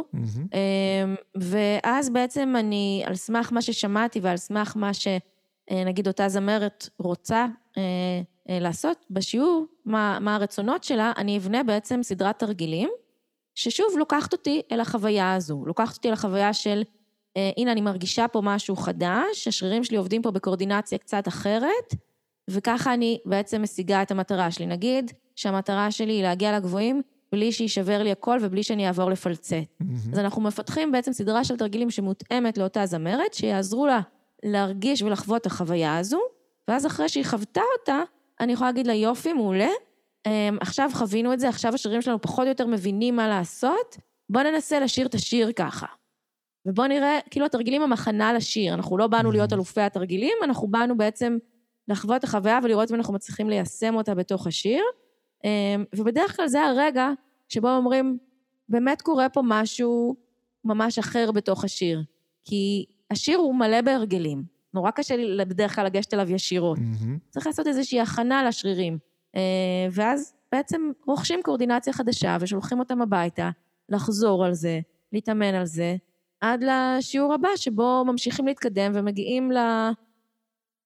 ואז בעצם אני, על סמך מה ששמעתי ועל סמך מה שנגיד אותה זמרת רוצה לעשות בשיעור, מה הרצונות שלה, אני אבנה בעצם סדרת תרגילים, ששוב לוקחת אותי אל החוויה הזו, לוקחת אותי אל החוויה של, הנה אני מרגישה פה משהו חדש, השרירים שלי עובדים פה בקואורדינציה קצת אחרת, וככה אני בעצם משיגה את המטרה שלי. נגיד שהמטרה שלי היא להגיע לגבוהים, בלי שישבר לי הכל ובלי שאני אעבור לפלצת. אז אנחנו מפתחים בעצם סדרה של תרגילים שמותאמת לאותה זמרת, שיעזרו לה להרגיש ולחוות את החוויה הזו, ואז אחרי שהיא חוותה אותה, אני יכולה להגיד לה יופי, מעולה, עכשיו חווינו את זה, עכשיו השרירים שלנו פחות או יותר מבינים מה לעשות, בוא ננסה לשיר את השיר ככה. ובוא נראה, כאילו התרגילים המחנה לשיר, אנחנו לא באנו להיות אלופי התרגילים, אנחנו באנו בעצם לחוות את החוויה ולראות אם אנחנו מצליחים ליישם אותה בתוך השיר, ובדרך כלל זה הרגע שבו אומרים, באמת קורה פה משהו ממש אחר בתוך השיר, כי השיר הוא מלא בהרגלים, נורא קשה לי בדרך כלל לגשת אליו ישירות, צריך לעשות איזושהי הכנה לשרירים, ואז בעצם רוכשים קואורדינציה חדשה ושולחים אותם הביתה, לחזור על זה, להתאמן על זה, עד לשיעור הבא שבו ממשיכים להתקדם ומגיעים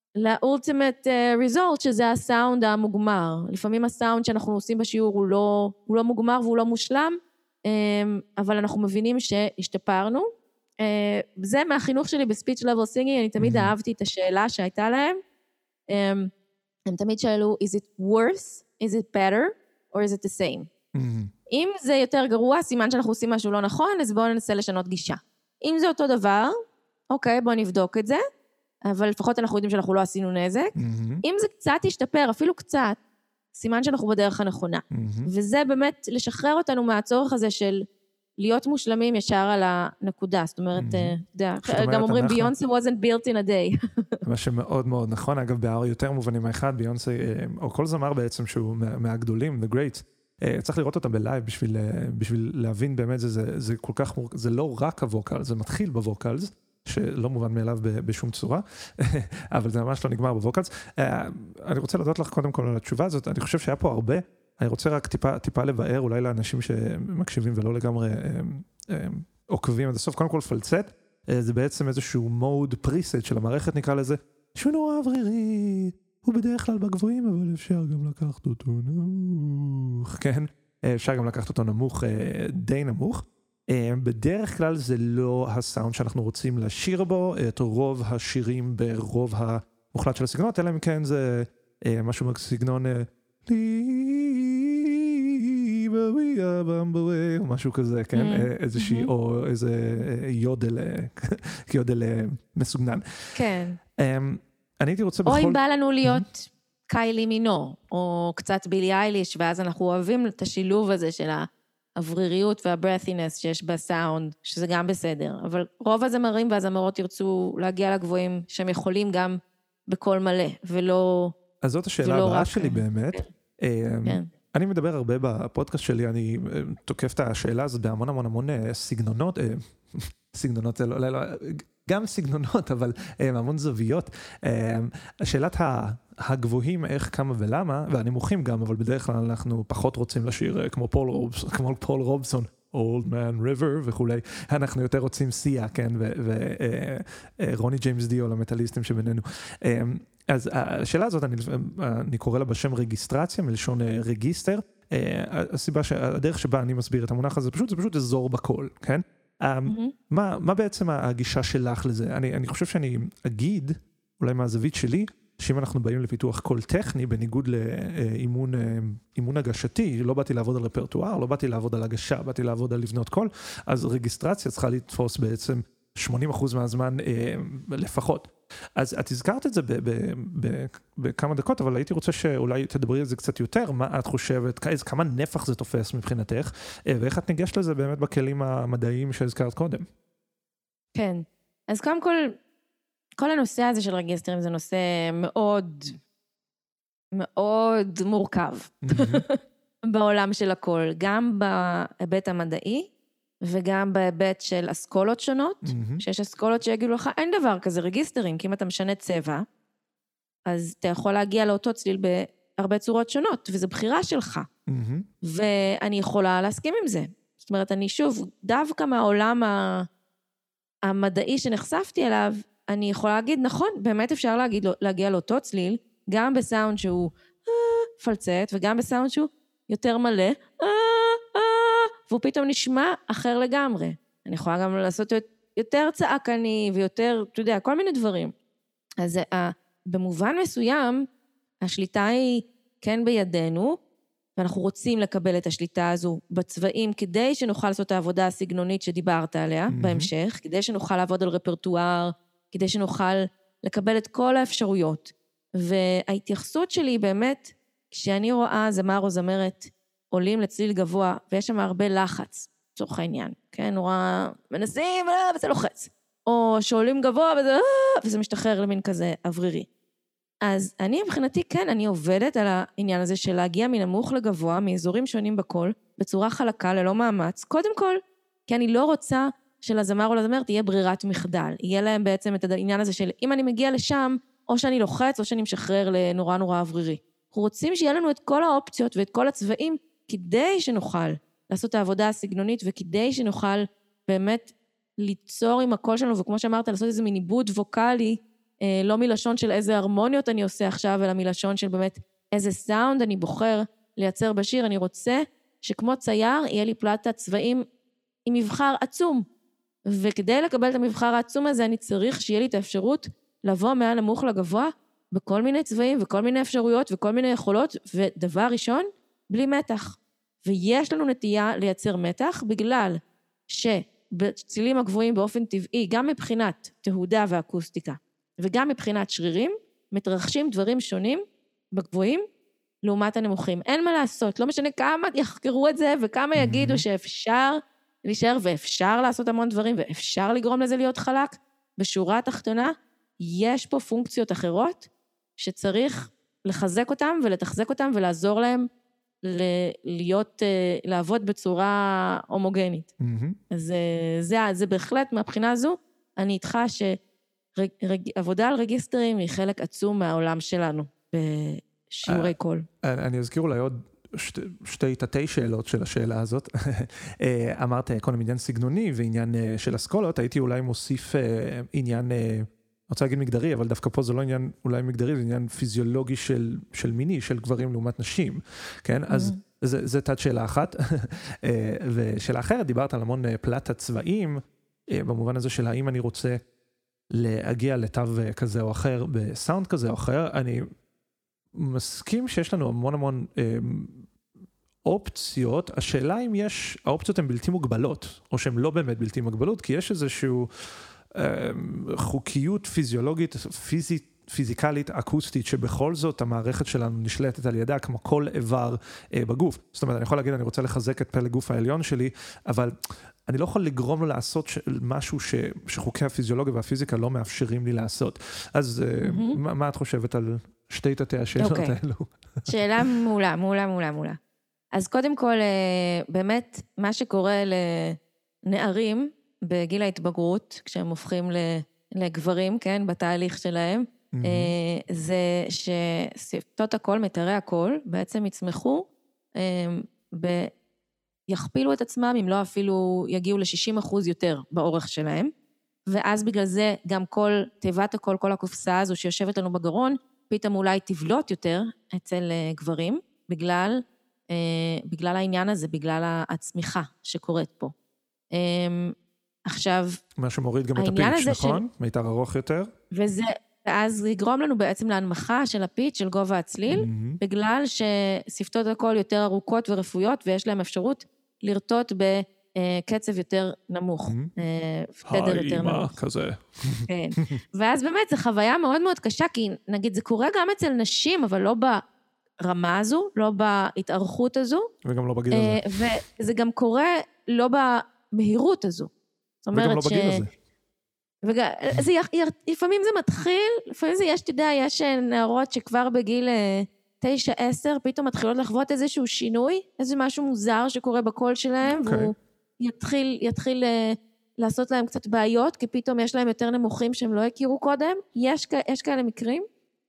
ל-ultimate result, שזה הסאונד המוגמר. לפעמים הסאונד שאנחנו עושים בשיעור הוא לא מוגמר והוא לא מושלם, אבל אנחנו מבינים שהשתפרנו. זה מהחינוך שלי בספיץ' level singing, אני תמיד אהבתי את השאלה שהייתה להם. הם תמיד שאלו, is it worse, is it better, or is it the same? אם זה יותר גרוע, סימן שאנחנו עושים משהו לא נכון, אז בואו ננסה לשנות גישה. אם זה אותו דבר, אוקיי, בואו נבדוק את זה, אבל לפחות אנחנו יודעים שאנחנו לא עשינו נזק. אם זה קצת ישתפר, אפילו קצת, סימן שאנחנו בדרך הנכונה. וזה באמת לשחרר אותנו מהצורך הזה של להיות מושלמים ישר על הנקודה. זאת אומרת, גם אומרים, ביונסה wasn't built in a day. מה שמאוד מאוד נכון, אגב, יותר מובנים האחד, ביונסה, או כל זמר בעצם שהוא מהגדולים, the greats, צריך לראות אותם בלייב בשביל להבין באמת, זה כל כך, זה לא רק הווקל, זה מתחיל בווקלס, שלא מובן מאליו בשום צורה, אבל זה ממש לא נגמר בווקלס. אני רוצה להודות לך קודם כל על התשובה הזאת, אני חושב שהיה פה הרבה, אני רוצה רק טיפה לבאר, אולי לאנשים שמקשיבים ולא לגמרי עוקבים עד הסוף, קודם כל פלצט, זה בעצם איזשהו מוד פריסט של המערכת נקרא לזה, שהוא נורא אוורירי, הוא בדרך כלל בגבוהים, אבל אפשר גם לקחת אותו נמוך, כן? אפשר גם לקחת אותו נמוך, די נמוך. בדרך כלל זה לא הסאונד שאנחנו רוצים לשיר בו, את רוב השירים ברוב המוחלט של הסגנונות, אלא אם כן זה משהו בסגנון או משהו כזה, כן? איזושהי, או איזה יודל מסוגנן. כן. אני הייתי רוצה או אם בא לנו להיות קיילי מינור, או קצת בילי אייליש, ואז אנחנו אוהבים את השילוב הזה של האווריריות והברת'ינס שיש בסאונד, שזה גם בסדר. אבל רוב הזמרים והזמרות ירצו להגיע לגבוהים שהם יכולים גם בקול מלא, ולא... אז זאת השאלה הבאה שלי באמת. כן. אני מדבר הרבה בפודקאסט שלי, אני תוקף את השאלה הזאת בהמון המון המון סגנונות, סגנונות, גם סגנונות, אבל המון זוויות. השאלת הגבוהים, איך, כמה ולמה, והנמוכים גם, אבל בדרך כלל אנחנו פחות רוצים לשיר כמו פול רובסון, Old Man River וכולי. אנחנו יותר רוצים סיה, כן, ורוני ג'יימס דיו, למטליסטים שבינינו. אז השאלה הזאת, אני קורא לה בשם רגיסטרציה, מלשון רגיסטר. הסיבה הדרך שבה אני מסביר את המונח הזה, זה פשוט אזור בקול, כן? מה בעצם הגישה שלך לזה? אני חושב שאני אגיד, אולי מהזווית שלי, שאם אנחנו באים לפיתוח קול טכני, בניגוד לאימון הגשתי, לא באתי לעבוד על רפרטואר, לא באתי לעבוד על הגשה, באתי לעבוד על לבנות קול, אז רגיסטרציה צריכה לתפוס בעצם 80% מהזמן לפחות. אז את הזכרת את זה בכמה דקות, אבל הייתי רוצה שאולי תדברי על זה קצת יותר, מה את חושבת, כמה נפח זה תופס מבחינתך, ואיך את ניגשת לזה באמת בכלים המדעיים שהזכרת קודם? כן, אז קודם כל הנושא הזה של רגיסטרים זה נושא מאוד מאוד מורכב בעולם של הכל, גם בהיבט המדעי, וגם בהיבט של אסכולות שונות, שיש אסכולות שיגידו לך, אין דבר כזה רגיסטרים, כי אם אתה משנה צבע, אז אתה יכול להגיע לאותו צליל בהרבה צורות שונות, וזו בחירה שלך. ואני יכולה להסכים עם זה. זאת אומרת, אני שוב, דווקא מהעולם המדעי שנחשפתי אליו, אני יכולה להגיד, נכון, באמת אפשר להגיע לאותו צליל, גם בסאונד שהוא פלצט, וגם בסאונד שהוא יותר מלא, והוא פתאום נשמע אחר לגמרי. אני יכולה גם לעשות יותר צעקני, ויותר, אתה יודע, כל מיני דברים. אז במובן מסוים, השליטה היא כן בידינו, ואנחנו רוצים לקבל את השליטה הזו בצבעים, כדי שנוכל לעשות את העבודה הסגנונית שדיברת עליה בהמשך, כדי שנוכל לעבוד על רפרטואר, כדי שנוכל לקבל את כל האפשרויות. וההתייחסות שלי באמת, כשאני רואה זמר או זמרת עולים לצליל גבוה, ויש שם הרבה לחץ, לצורך העניין, כן? נורא מנסים, וזה לוחץ. או שעולים גבוה, וזה משתחרר למין כזה אוורירי. אז אני מבחינתי, כן, אני עובדת על העניין הזה של להגיע מנמוך לגבוה, מאזורים שונים בכל, בצורה חלקה, ללא מאמץ. קודם כל, כי אני לא רוצה שלזמר או לזמרת תהיה ברירת מחדל. יהיה להם בעצם את העניין הזה של אם אני מגיע לשם, או שאני לוחץ, או שאני משחרר לנורא נורא אוורירי. אנחנו רוצים שיהיה לנו את כל האופציות ואת כל הצבעים, כדי שנוכל לעשות את העבודה הסגנונית, וכדי שנוכל באמת ליצור עם הקול שלנו, וכמו שאמרת, לעשות איזה מין עיבוד ווקלי, לא מלשון של איזה הרמוניות אני עושה עכשיו, אלא מלשון של באמת איזה סאונד אני בוחר לייצר בשיר. אני רוצה שכמו צייר יהיה לי פלטת צבעים עם מבחר עצום, וכדי לקבל את המבחר העצום הזה אני צריך שיהיה לי את האפשרות לבוא מהנמוך לגבוה בכל מיני צבעים וכל מיני אפשרויות וכל מיני יכולות, ודבר ראשון, בלי מתח. ויש לנו נטייה לייצר מתח בגלל שבצלילים הגבוהים באופן טבעי, גם מבחינת תהודה ואקוסטיקה, וגם מבחינת שרירים, מתרחשים דברים שונים בגבוהים לעומת הנמוכים. אין מה לעשות, לא משנה כמה יחקרו את זה וכמה יגידו שאפשר להישאר ואפשר לעשות המון דברים ואפשר לגרום לזה להיות חלק. בשורה התחתונה, יש פה פונקציות אחרות שצריך לחזק אותם ולתחזק אותם ולעזור להם לעבוד בצורה הומוגנית. אז זה בהחלט מהבחינה הזו, אני איתך שעבודה על רגיסטרים היא חלק עצום מהעולם שלנו בשיעורי קול. אני אזכיר אולי עוד שתי תתי שאלות של השאלה הזאת. אמרת כל עניין סגנוני ועניין של אסכולות, הייתי אולי מוסיף עניין, אני רוצה להגיד מגדרי, אבל דווקא פה זה לא עניין אולי מגדרי, זה עניין פיזיולוגי של מיני, של גברים לעומת נשים, כן? אז זה תת שאלה אחת. ושאלה אחרת, דיברת על המון פלטת צבעים, במובן הזה של האם אני רוצה להגיע לתו כזה או אחר, בסאונד כזה או אחר, אני מסכים שיש לנו המון אופציות. השאלה אם האופציות הן בלתי מוגבלות, או שהן לא באמת בלתי מוגבלות, כי יש איזשהו חוקיות פיזיולוגית, פיזיקלית, אקוסטית, שבכל זאת המערכת שלנו נשלטת על ידה, כמו כל איבר בגוף. זאת אומרת, אני יכול להגיד, אני רוצה לחזק את פלג גוף העליון שלי, אבל אני לא יכול לגרום לו לעשות משהו שחוקי הפיזיולוגיה והפיזיקה לא מאפשרים לי לעשות. אז מה את חושבת על שתי תתי השאלות האלו? שאלה מעולה. אז קודם כל, באמת, מה שקורה לנערים בגיל ההתבגרות, כשהם הופכים לגברים, כן, בתהליך שלהם, זה ששפתות הקול, מיתרי הקול, בעצם יצמחו, יכפילו את עצמם, אם לא אפילו יגיעו ל-60% יותר באורך שלהם, ואז בגלל זה גם כל תיבת הקול, כל הקופסה הזו שיושבת לנו בגרון, פתאום אולי תבלוט יותר אצל גברים, בגלל העניין הזה, בגלל הצמיחה שקורית פה. עכשיו, מה שמוריד גם את הפיץ', נכון? מיתר ארוך יותר. ואז יגרום לנו בעצם להנמכה של הפיץ', של גובה הצליל, בגלל ששפתות הקול יותר ארוכות ורפויות, ויש להם אפשרות לרטוט בקצב יותר נמוך, תדר יותר נמוך. כזה. כן. ואז באמת זו חוויה מאוד מאוד קשה, כי נגיד זה קורה גם אצל נשים, אבל לא ברמה הזו, לא בהתארכות הזו. וגם לא בגיל הזה. וזה גם קורה לא במהירות הזו. וגם לא בגיל הזה. לפעמים זה מתחיל, לפעמים זה יש נערות שכבר בגיל 9-10, פתאום מתחילות לחוות איזשהו שינוי, איזה משהו מוזר שקורה בקול שלהם, והוא יתחיל לעשות להם קצת בעיות, כי פתאום יש להם יותר נמוכים שהם לא הכירו קודם, יש כאלה מקרים,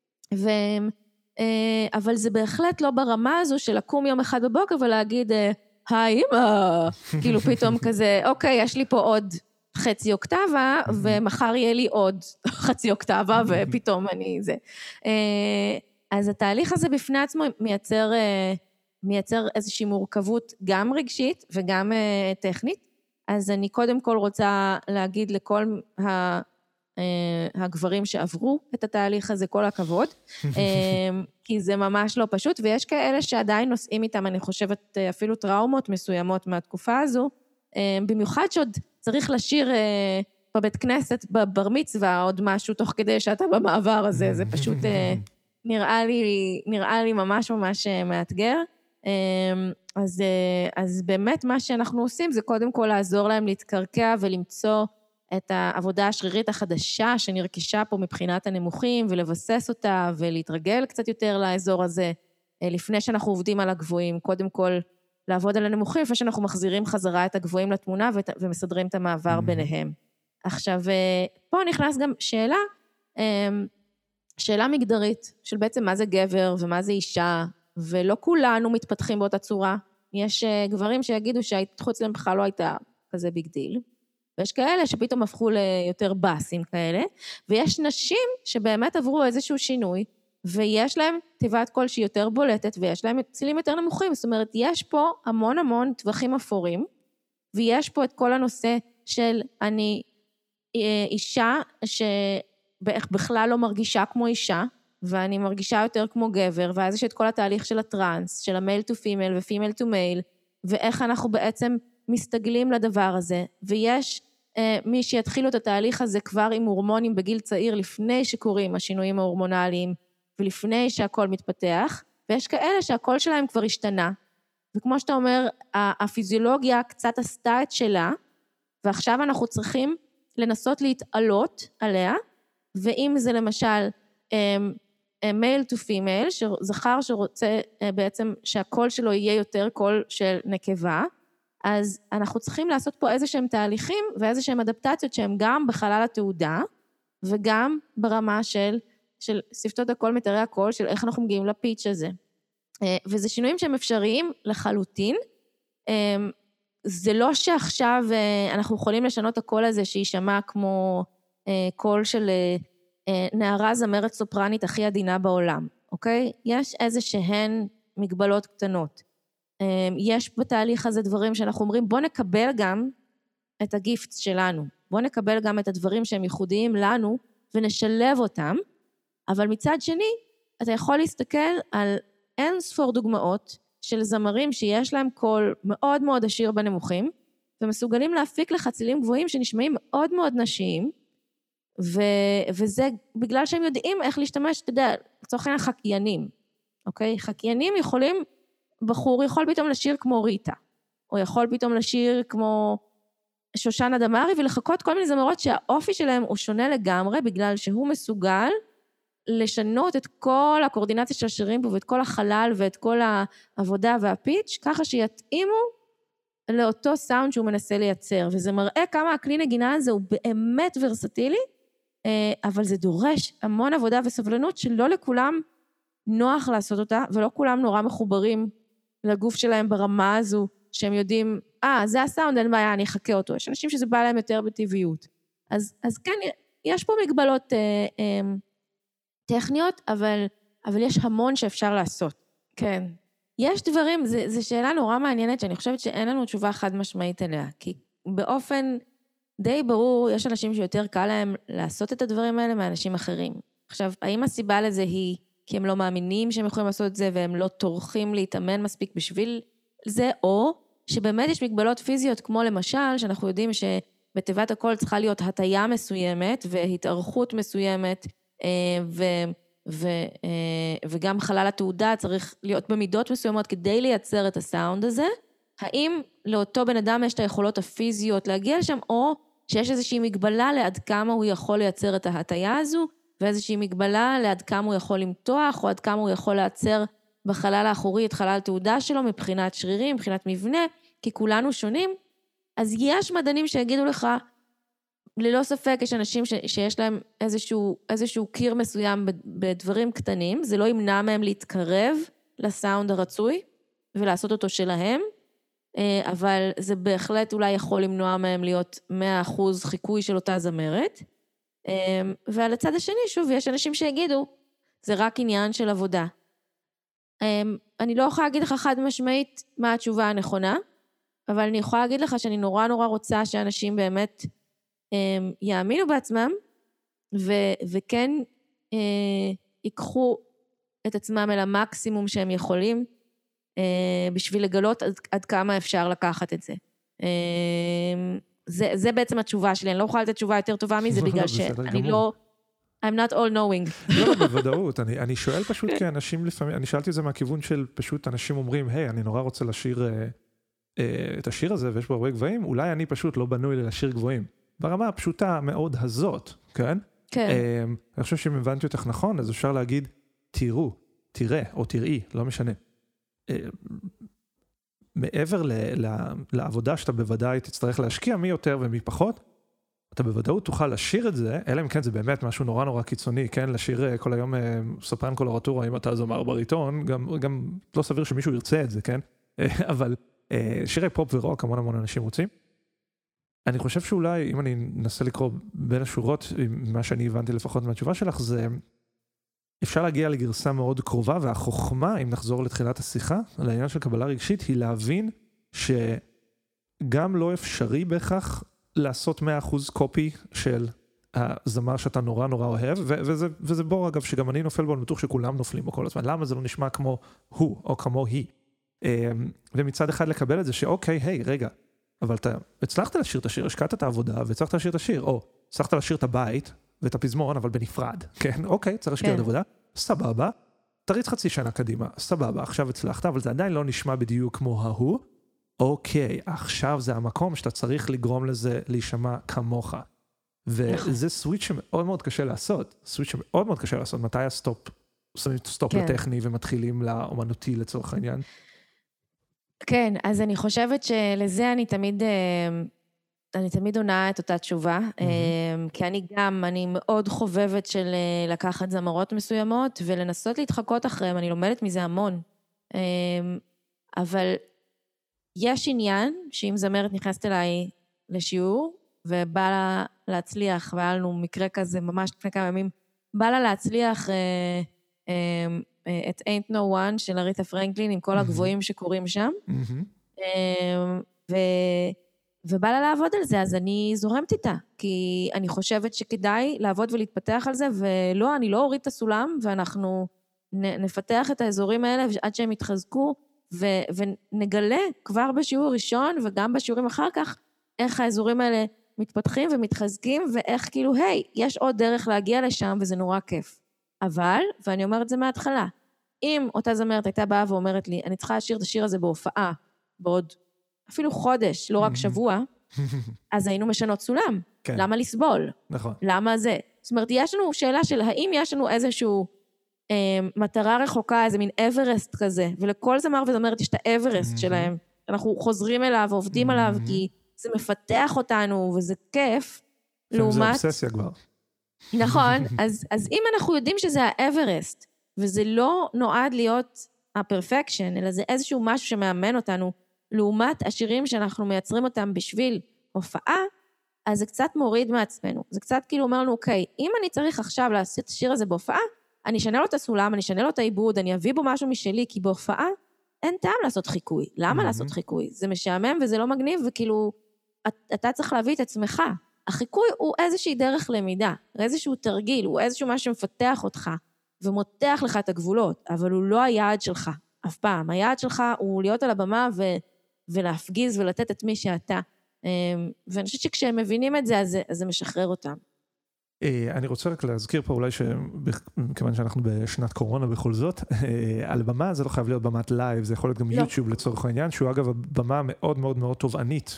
אבל זה בהחלט לא ברמה הזו של לקום יום אחד בבוקר ולהגיד, היי אמא, כאילו פתאום כזה, אוקיי, יש לי פה עוד חצי אוקטבה, ומחר יהיה לי עוד חצי אוקטבה, ופתאום אני זה. אז התהליך הזה בפני עצמו מייצר איזושהי מורכבות גם רגשית וגם טכנית. אז אני קודם כל רוצה להגיד לכל הגברים שעברו את התהליך הזה, כל הכבוד, כי זה ממש לא פשוט, ויש כאלה שעדיין נושאים איתם, אני חושבת, אפילו טראומות מסוימות מהתקופה הזו, במיוחד שעוד צריך לשיר בבית כנסת, בבר מצווה, עוד משהו תוך כדי שאתה במעבר הזה, זה פשוט נראה לי ממש ממש מאתגר. אז באמת מה שאנחנו עושים זה קודם כל לעזור להם להתקרקע ולמצוא את העבודה השרירית החדשה שנרכשה פה מבחינת הנמוכים ולבסס אותה ולהתרגל קצת יותר לאזור הזה לפני שאנחנו עובדים על הגבוהים, קודם כל לעבוד על הנמוכים לפני שאנחנו מחזירים חזרה את הגבוהים לתמונה ומסדרים את המעבר ביניהם. עכשיו פה נכנס גם שאלה מגדרית של בעצם מה זה גבר ומה זה אישה, ולא כולנו מתפתחים באותה צורה. יש גברים שיגידו שההתפתחות אצלם בכלל לא הייתה כזה ביג דיל, ויש כאלה שפתאום הפכו ליותר בסים כאלה, ויש נשים שבאמת עברו איזשהו שינוי, ויש להם תיבת קול שהיא יותר בולטת, ויש להם צילים יותר נמוכים, זאת אומרת, יש פה המון המון טווחים אפורים, ויש פה את כל הנושא של אני אישה שבכלל לא מרגישה כמו אישה, ואני מרגישה יותר כמו גבר, ואז יש את כל התהליך של הטרנס, של המייל טו פימייל ופימייל טו מייל, ואיך אנחנו בעצם מסתגלים לדבר הזה, ויש מי שיתחילו את התהליך הזה כבר עם הורמונים בגיל צעיר, לפני שקורים השינויים ההורמונליים, ולפני שהכל מתפתח, ויש כאלה שהכל שלהם כבר השתנה, וכמו שאתה אומר, הפיזיולוגיה קצת עשתה את שלה, ועכשיו אנחנו צריכים לנסות להתעלות עליה, ואם זה למשל מייל טו פימייל, זכר שרוצה בעצם שהקול שלו יהיה יותר קול של נקבה, אז אנחנו צריכים לעשות פה איזה שהם תהליכים, ואיזה שהם אדפטציות שהם גם בחלל התעודה, וגם ברמה של שפתות הקול, מתארי הקול, של איך אנחנו מגיעים לפיץ' הזה. וזה שינויים שהם אפשריים לחלוטין, זה לא שעכשיו אנחנו יכולים לשנות הקול הזה שישמע כמו קול של נערה זמרת סופרנית הכי עדינה בעולם, אוקיי? יש איזה שהן מגבלות קטנות. יש בתהליך הזה דברים שאנחנו אומרים, בוא נקבל גם את הגיפט שלנו, בוא נקבל גם את הדברים שהם ייחודיים לנו ונשלב אותם, אבל מצד שני, אתה יכול להסתכל על אין ספור דוגמאות של זמרים שיש להם קול מאוד מאוד עשיר בנמוכים, ומסוגלים להפיק לך צילים גבוהים שנשמעים מאוד מאוד נשיים, וזה בגלל שהם יודעים איך להשתמש, אתה יודע, לצורך העניין חקיינים, אוקיי? חקיינים יכולים, בחור יכול פתאום לשיר כמו ריטה, או יכול פתאום לשיר כמו שושנה דמארי, ולחכות כל מיני זמרות שהאופי שלהם הוא שונה לגמרי, בגלל שהוא מסוגל לשנות את כל הקורדינציה של השירים פה, ואת כל החלל ואת כל העבודה והפיץ', ככה שיתאימו לאותו סאונד שהוא מנסה לייצר, וזה מראה כמה הכלי נגינה הזה הוא באמת ורסטילי, אבל זה דורש המון עבודה וסבלנות, שלא לכולם נוח לעשות אותה, ולא כולם נורא מחוברים לגוף שלהם ברמה הזו, שהם יודעים, זה הסאונד, אין בעיה, אני אחכה אותו. יש אנשים שזה בא להם יותר בטבעיות. אז כן, יש פה מגבלות טכניות, אבל יש המון שאפשר לעשות. כן. יש דברים, זו שאלה נורא מעניינת, שאני חושבת שאין לנו תשובה חד משמעית אליה, כי באופן די ברור, יש אנשים שיותר קל להם לעשות את הדברים האלה מאנשים אחרים. עכשיו, האם הסיבה לזה היא כי הם לא מאמינים שהם יכולים לעשות את זה, והם לא טורחים להתאמן מספיק בשביל זה, או שבאמת יש מגבלות פיזיות, כמו למשל, שאנחנו יודעים שבתיבת הקול צריכה להיות הטיה מסוימת, והתארכות מסוימת, וגם חלל התעודה צריך להיות במידות מסוימות, כדי לייצר את הסאונד הזה. האם לאותו בן אדם יש את היכולות הפיזיות להגיע לשם, או שיש איזושהי מגבלה לעד כמה הוא יכול לייצר את ההטיה הזו, ואיזושהי מגבלה לעד כמה הוא יכול למתוח, או עד כמה הוא יכול לייצר בחלל האחורי את חלל תעודה שלו, מבחינת שרירים, מבחינת מבנה, כי כולנו שונים. אז יש מדענים שיגידו לך, ללא ספק יש אנשים שיש להם איזשהו קיר מסוים בדברים קטנים, זה לא ימנע מהם להתקרב לסאונד הרצוי, ולעשות אותו שלהם, אבל זה בהחלט אולי יכול למנוע מהם להיות 100% חיקוי של אותה זמרת, ועל הצד השני, שוב, יש אנשים שיגידו, זה רק עניין של עבודה. אני לא יכולה להגיד לך חד משמעית מה התשובה הנכונה, אבל אני יכולה להגיד לך שאני נורא נורא רוצה שאנשים באמת יאמינו בעצמם, וכן ייקחו את עצמם אל המקסימום שהם יכולים, בשביל לגלות עד כמה אפשר לקחת את זה. זה בעצם התשובה שלי, אני לא יכולה לתת תשובה יותר טובה מזה, בגלל שאני לא, I'm not all knowing. לא, בוודאות, אני שואל פשוט כאנשים לפעמים, אני שאלתי את זה מהכיוון של פשוט אנשים אומרים, היי, אני נורא רוצה לשיר את השיר הזה, ויש בו הרבה גבוהים, אולי אני פשוט לא בנוי לשיר גבוהים. ברמה הפשוטה מאוד הזאת, כן? כן. אני חושב שאם הבנתי אותך נכון, אז אפשר להגיד, תראו, תראה, או תראי, לא משנה. מעבר לעבודה שאתה בוודאי תצטרך להשקיע מי יותר ומי פחות, אתה בוודאות תוכל לשיר את זה, אלא אם כן זה באמת משהו נורא נורא קיצוני, כן? לשיר כל היום סופרן קולורטורה, אם אתה זמר בריטון, גם לא סביר שמישהו ירצה את זה, כן? אבל שירי פופ ורוק, המון המון אנשים רוצים. אני חושב שאולי, אם אני אנסה לקרוא בין השורות, מה שאני הבנתי לפחות מהתשובה שלך, זה אפשר להגיע לגרסה מאוד קרובה, והחוכמה, אם נחזור לתחילת השיחה, על העניין של קבלה רגשית, היא להבין שגם לא אפשרי בהכרח לעשות 100% קופי של הזמר שאתה נורא נורא אוהב, וזה בור אגב שגם אני נופל בו, אני בטוח שכולם נופלים בו כל הזמן, למה זה לא נשמע כמו הוא או כמו היא? ומצד אחד לקבל את זה שאוקיי, היי, רגע, אבל אתה הצלחת לשיר את השיר, השקעת את העבודה והצלחת לשיר את השיר, או הצלחת לשיר את הבית ואת הפזמון, אבל בנפרד, כן? אוקיי, צריך לשקיע את העבודה, סבבה, תריץ חצי שנה קדימה, סבבה, עכשיו הצלחת, אבל זה עדיין לא נשמע בדיוק כמו ההוא, אוקיי, עכשיו זה המקום שאתה צריך לגרום לזה להישמע כמוך. וזה סוויץ' שמאוד מאוד קשה לעשות, סוויץ' שמאוד מאוד קשה לעשות, מתי הסטופ, שמים סטופ לטכני ומתחילים לאומנותי לצורך העניין. כן, אז אני חושבת שלזה אני תמיד עונה את אותה תשובה, כי אני מאוד חובבת של לקחת זמרות מסוימות, ולנסות להתחקות אחריהם, אני לומדת מזה המון. אבל יש עניין שאם זמרת נכנסת אליי לשיעור, ובא לה להצליח, והיה לנו מקרה כזה ממש לפני כמה ימים, בא לה להצליח את Ain't No One של אריתה פרנקלין, עם כל הגבוהים שקורים שם, ובא לה לעבוד על זה, אז אני זורמת איתה, כי אני חושבת שכדאי לעבוד ולהתפתח על זה, ולא, אני לא אוריד את הסולם, ואנחנו נפתח את האזורים האלה עד שהם יתחזקו, ונגלה כבר בשיעור ראשון, וגם בשיעורים אחר כך, איך האזורים האלה מתפתחים ומתחזקים, ואיך כאילו, היי, יש עוד דרך להגיע לשם, וזה נורא כיף. אבל, ואני אומרת זה מההתחלה, אם אותה זמרת הייתה באה ואומרת לי, אני צריכה לשיר את השיר הזה בהופעה, בעוד אפילו חודש, לא רק שבוע, אז היינו משנות סולם. כן. למה לסבול? נכון. למה זה? זאת אומרת, יש לנו שאלה של האם יש לנו איזשהו מטרה רחוקה, איזה מין אברסט כזה, ולכל זמר וזמרת יש את האברסט שלהם, אנחנו חוזרים אליו ועובדים עליו, כי זה מפתח אותנו וזה כיף, לעומת... זה אובססיה כבר. נכון, אז אם אנחנו יודעים שזה האברסט, וזה לא נועד להיות הפרפקשן, אלא זה איזשהו משהו שמאמן אותנו, לעומת השירים שאנחנו מייצרים אותם בשביל הופעה, אז זה קצת מוריד מעצמנו. זה קצת כאילו אומר לנו, אוקיי, אם אני צריך עכשיו לעשות את השיר הזה בהופעה, אני אשנה לו את הסולם, אני אשנה לו את העיבוד, אני אביא בו משהו משלי, כי בהופעה אין טעם לעשות חיקוי. למה לעשות חיקוי? זה משעמם וזה לא מגניב, וכאילו, אתה צריך להביא את עצמך. החיקוי הוא איזושהי דרך למידה, איזשהו תרגיל, הוא איזשהו משהו שמפתח אותך, ומותח לך את הגבולות, אבל הוא לא היעד שלך, אף פעם. היעד שלך הוא להיות על הבמה ולהפגיז ולתת את מי שאתה. ואני חושבת שכשהם מבינים את זה, אז זה משחרר אותם. אני רוצה רק להזכיר פה אולי מכיוון שאנחנו בשנת קורונה בכל זאת, על במה זה לא חייב להיות במת לייב, זה יכול להיות גם יוטיוב לצורך העניין, שהוא אגב במה מאוד מאוד מאוד תובענית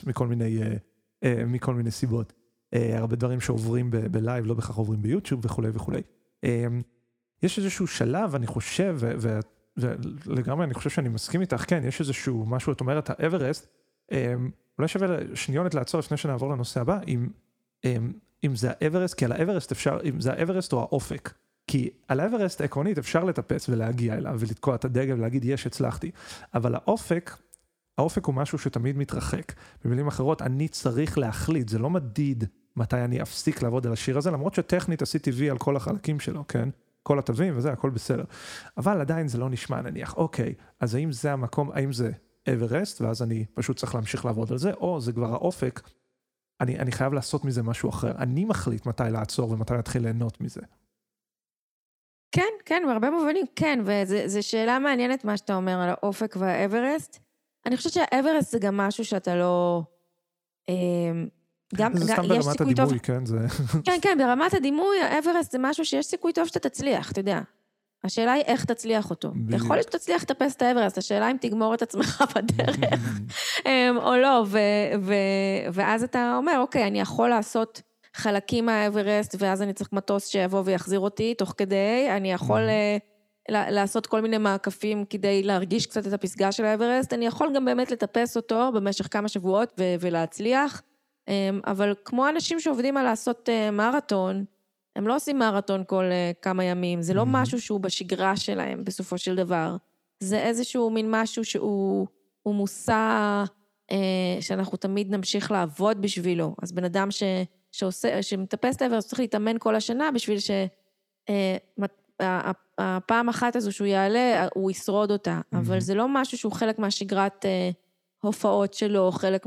מכל מיני סיבות. הרבה דברים שעוברים בלייב לא בכך עוברים ביוטיוב וכו' וכו'. יש איזשהו שלב, אני חושב, ולגמרי אני חושב שאני מסכים איתך, כן, יש איזשהו משהו, את אומרת, האברסט, אולי שווה שניונת לעצור לפני שנעבור לנושא הבא, אם זה האברסט, כי על האברסט אפשר, אם זה האברסט או האופק, כי על האברסט עקרונית אפשר לטפס ולהגיע אליו ולתקוע את הדגל ולהגיד יש, הצלחתי, אבל האופק הוא משהו שתמיד מתרחק. במילים אחרות, אני צריך להחליט, זה לא מדיד מתי אני אפסיק לעבוד על השיר הזה, למרות שטכנית עשיתי וי על כל החלקים שלו, כן? כל התווים וזה, הכל בסדר. אבל עדיין זה לא נשמע, נניח, אוקיי, אז האם זה המקום, האם זה אברסט, ואז אני פשוט צריך להמשיך לעבוד על זה, או זה כבר האופק, אני חייב לעשות מזה משהו אחר. אני מחליט מתי לעצור ומתי להתחיל ליהנות מזה. כן, כן, בהרבה מובנים, כן, וזו שאלה מעניינת מה שאתה אומר על האופק והאברסט. אני חושבת שהאברסט זה גם משהו שאתה לא... זה סתם ברמת הדימוי, כן? כן, כן, ברמת הדימוי, האברסט זה משהו שיש סיכוי טוב שאתה תצליח, אתה יודע. השאלה היא איך תצליח אותו. אתה יכול להיות שתצליח לטפס את האברסט, השאלה אם תגמור את עצמך בדרך, או לא, ואז אתה אומר, אוקיי, אני יכול לעשות חלקים מהאברסט, ואז אני צריך מטוס שיבוא ויחזיר אותי תוך כדי, אני יכול לעשות כל מיני מעקפים כדי להרגיש קצת את הפסגה של האברסט, אני יכול גם באמת לטפס אותו במשך כמה שבועות ולהצליח, אבל כמו אנשים שעובדים על לעשות מרתון, הם לא עושים מרתון כל כמה ימים, זה לא משהו שהוא בשגרה שלהם בסופו של דבר, זה איזשהו מין משהו שהוא מושא שאנחנו תמיד נמשיך לעבוד בשבילו. אז בן אדם שמטפס לאברסט צריך להתאמן כל השנה בשביל שהפעם אחת הזו שהוא יעלה, הוא ישרוד אותה. אבל זה לא משהו שהוא חלק מהשגרת הופעות שלו, חלק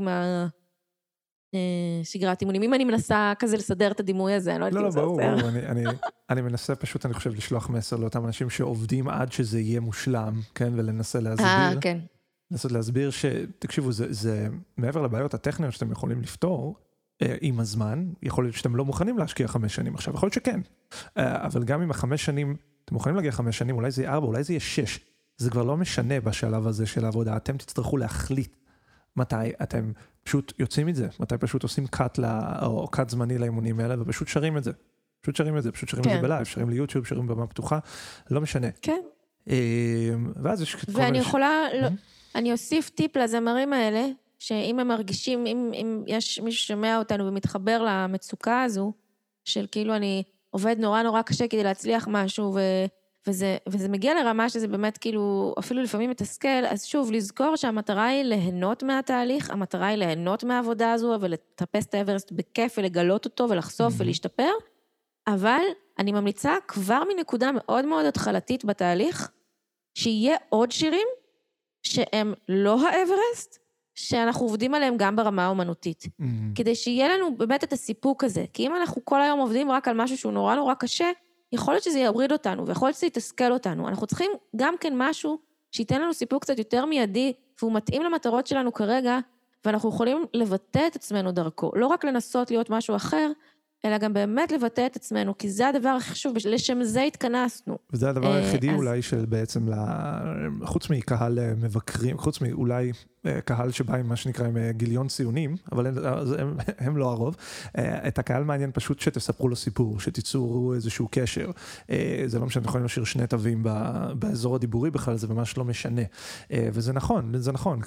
שגרת אימונים. אם אני מנסה כזה לסדר את הדימוי הזה, אני לא יודעת אם זה עושה. ברור, אני מנסה פשוט, אני חושב, לשלוח מסר לאותם אנשים שעובדים עד שזה יהיה מושלם, כן, ולנסה להסביר. כן. לנסות להסביר תקשיבו, זה מעבר לבעיות הטכניות שאתם יכולים לפתור עם הזמן, יכול להיות שאתם לא מוכנים להשקיע 5 שנים עכשיו, יכול להיות שכן. אבל גם עם 5 שנים, אתם מוכנים להגיע 5 שנים, אולי זה יהיה 4, אולי זה יהיה 6. זה כבר לא משנה בשלב הזה של העבודה. אתם תצטרכו להחליט מתי אתם פשוט יוצאים את זה, מתי פשוט עושים קאט או קאט זמני לאימונים האלה, ופשוט שרים את זה. פשוט שרים את זה בלייב, שרים ליוטיוב, שרים במה פתוחה, לא משנה. כן. ואז יש ואני יכולה, אני אוסיף טיפ לזמרים האלה, שאם הם מרגישים, אם יש מישהו ששומע אותנו ומתחבר למצוקה הזו, של כאילו אני עובד נורא נורא קשה כדי להצליח משהו, וזה מגיע לרמה שזה באמת כאילו, אפילו לפעמים מתסכל, אז שוב, לזכור שהמטרה היא ליהנות מהתהליך, המטרה היא ליהנות מהעבודה הזו, ולטפס את האברסט בכיף ולגלות אותו ולחשוף ולהשתפר, אבל אני ממליצה כבר מנקודה מאוד מאוד התחלתית בתהליך, שיהיה עוד שירים שהם לא האברסט, שאנחנו עובדים עליהם גם ברמה האומנותית. כדי שיהיה לנו באמת את הסיפוק הזה. כי אם אנחנו כל היום עובדים רק על משהו שהוא נורא נורא קשה, יכול להיות שזה יבריד אותנו, ויכול להיות שזה יתסכל אותנו. אנחנו צריכים גם כן משהו שייתן לנו סיפוק קצת יותר מיידי, והוא מתאים למטרות שלנו כרגע, ואנחנו יכולים לבטא את עצמנו דרכו. לא רק לנסות להיות משהו אחר, אלא גם באמת לבטא את עצמנו, כי זה הדבר הכי חשוב, לשם זה התכנסנו. וזה הדבר היחידי אולי של בעצם, חוץ מקהל מבקרים, חוץ מאולי קהל שבא עם מה שנקרא עם גיליון ציונים, אבל הם לא הרוב, את הקהל מעניין פשוט שתספרו לו סיפור, שתיצורו איזשהו קשר. זה לא משנה, יכולים לשיר 2 תווים באזור הדיבורי בכלל, זה ממש לא משנה. וזה נכון, זה נכון,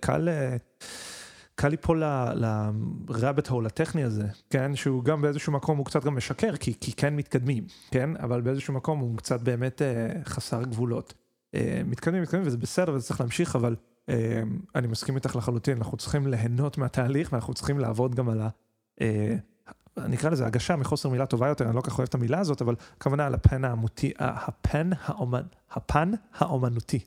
קל ליפול לרביט הול הטכני הזה, כן? שהוא גם באיזשהו מקום הוא קצת גם משקר, כי כן מתקדמים, כן? אבל באיזשהו מקום הוא קצת באמת חסר גבולות. מתקדמים, וזה בסדר, וזה צריך להמשיך, אבל אני מסכים איתך לחלוטין, אנחנו צריכים ליהנות מהתהליך, ואנחנו צריכים לעבוד גם על אני אקרא לזה הגשה מחוסר מילה טובה יותר, אני לא כך אוהב את המילה הזאת, אבל כוונה על הפן האומנותי.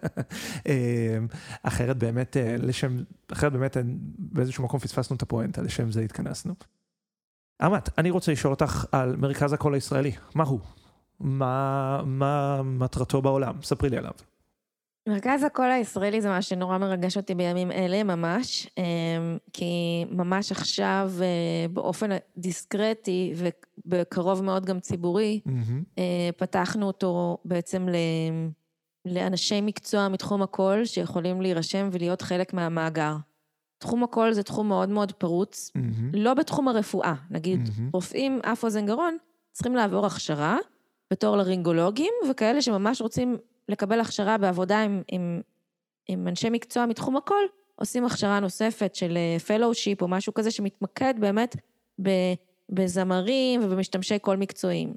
אחרת באמת באיזשהו מקום פספסנו את הפואנטה, לשם זה התכנסנו. אמת, אני רוצה לשאול אותך על מרכז הקול הישראלי. מה הוא? מה מטרתו בעולם? ספרי לי עליו. מרכז הקול הישראלי זה מה שנורא מרגש אותי בימים אלה ממש, כי ממש עכשיו באופן דיסקרטי ובקרוב מאוד גם ציבורי, פתחנו אותו בעצם לאנשי מקצוע מתחום הקול שיכולים להירשם ולהיות חלק מהמאגר. תחום הקול זה תחום מאוד מאוד פרוץ, לא בתחום הרפואה, נגיד רופאים אף אוזן גרון צריכים לעבור הכשרה בתור לרינגולוגים וכאלה שממש רוצים לקבל הכשרה בעבודה עם אנשי מקצוע מתחום הקול, עושים הכשרה נוספת של פלושיפ או משהו כזה שמתמקד באמת בזמרים ובמשתמשי קול מקצועיים.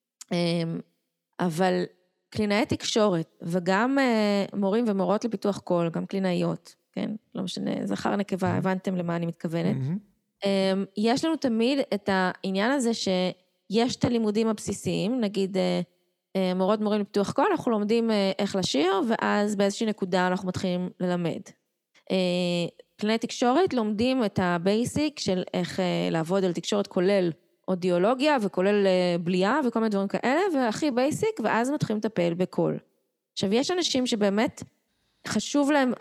אבל קלינאי תקשורת וגם מורים ומורות לפיתוח קול, גם קלינאיות, כן? לא משנה, זכר נקבה, הבנתם למה אני מתכוונת. יש לנו תמיד את העניין הזה שיש את הלימודים הבסיסיים, נגיד מורות מורים לפיתוח קול, אנחנו לומדים איך לשיר, ואז באיזושהי נקודה אנחנו מתחילים ללמד. קלינאי תקשורת לומדים את הבייסיק של איך לעבוד על תקשורת כולל אודיולוגיה, וכולל בלייה וכל מיני דברים כאלה, והכי בייסיק, ואז מתחילים לטפל בקול. עכשיו, יש אנשים שבאמת חשוב להם,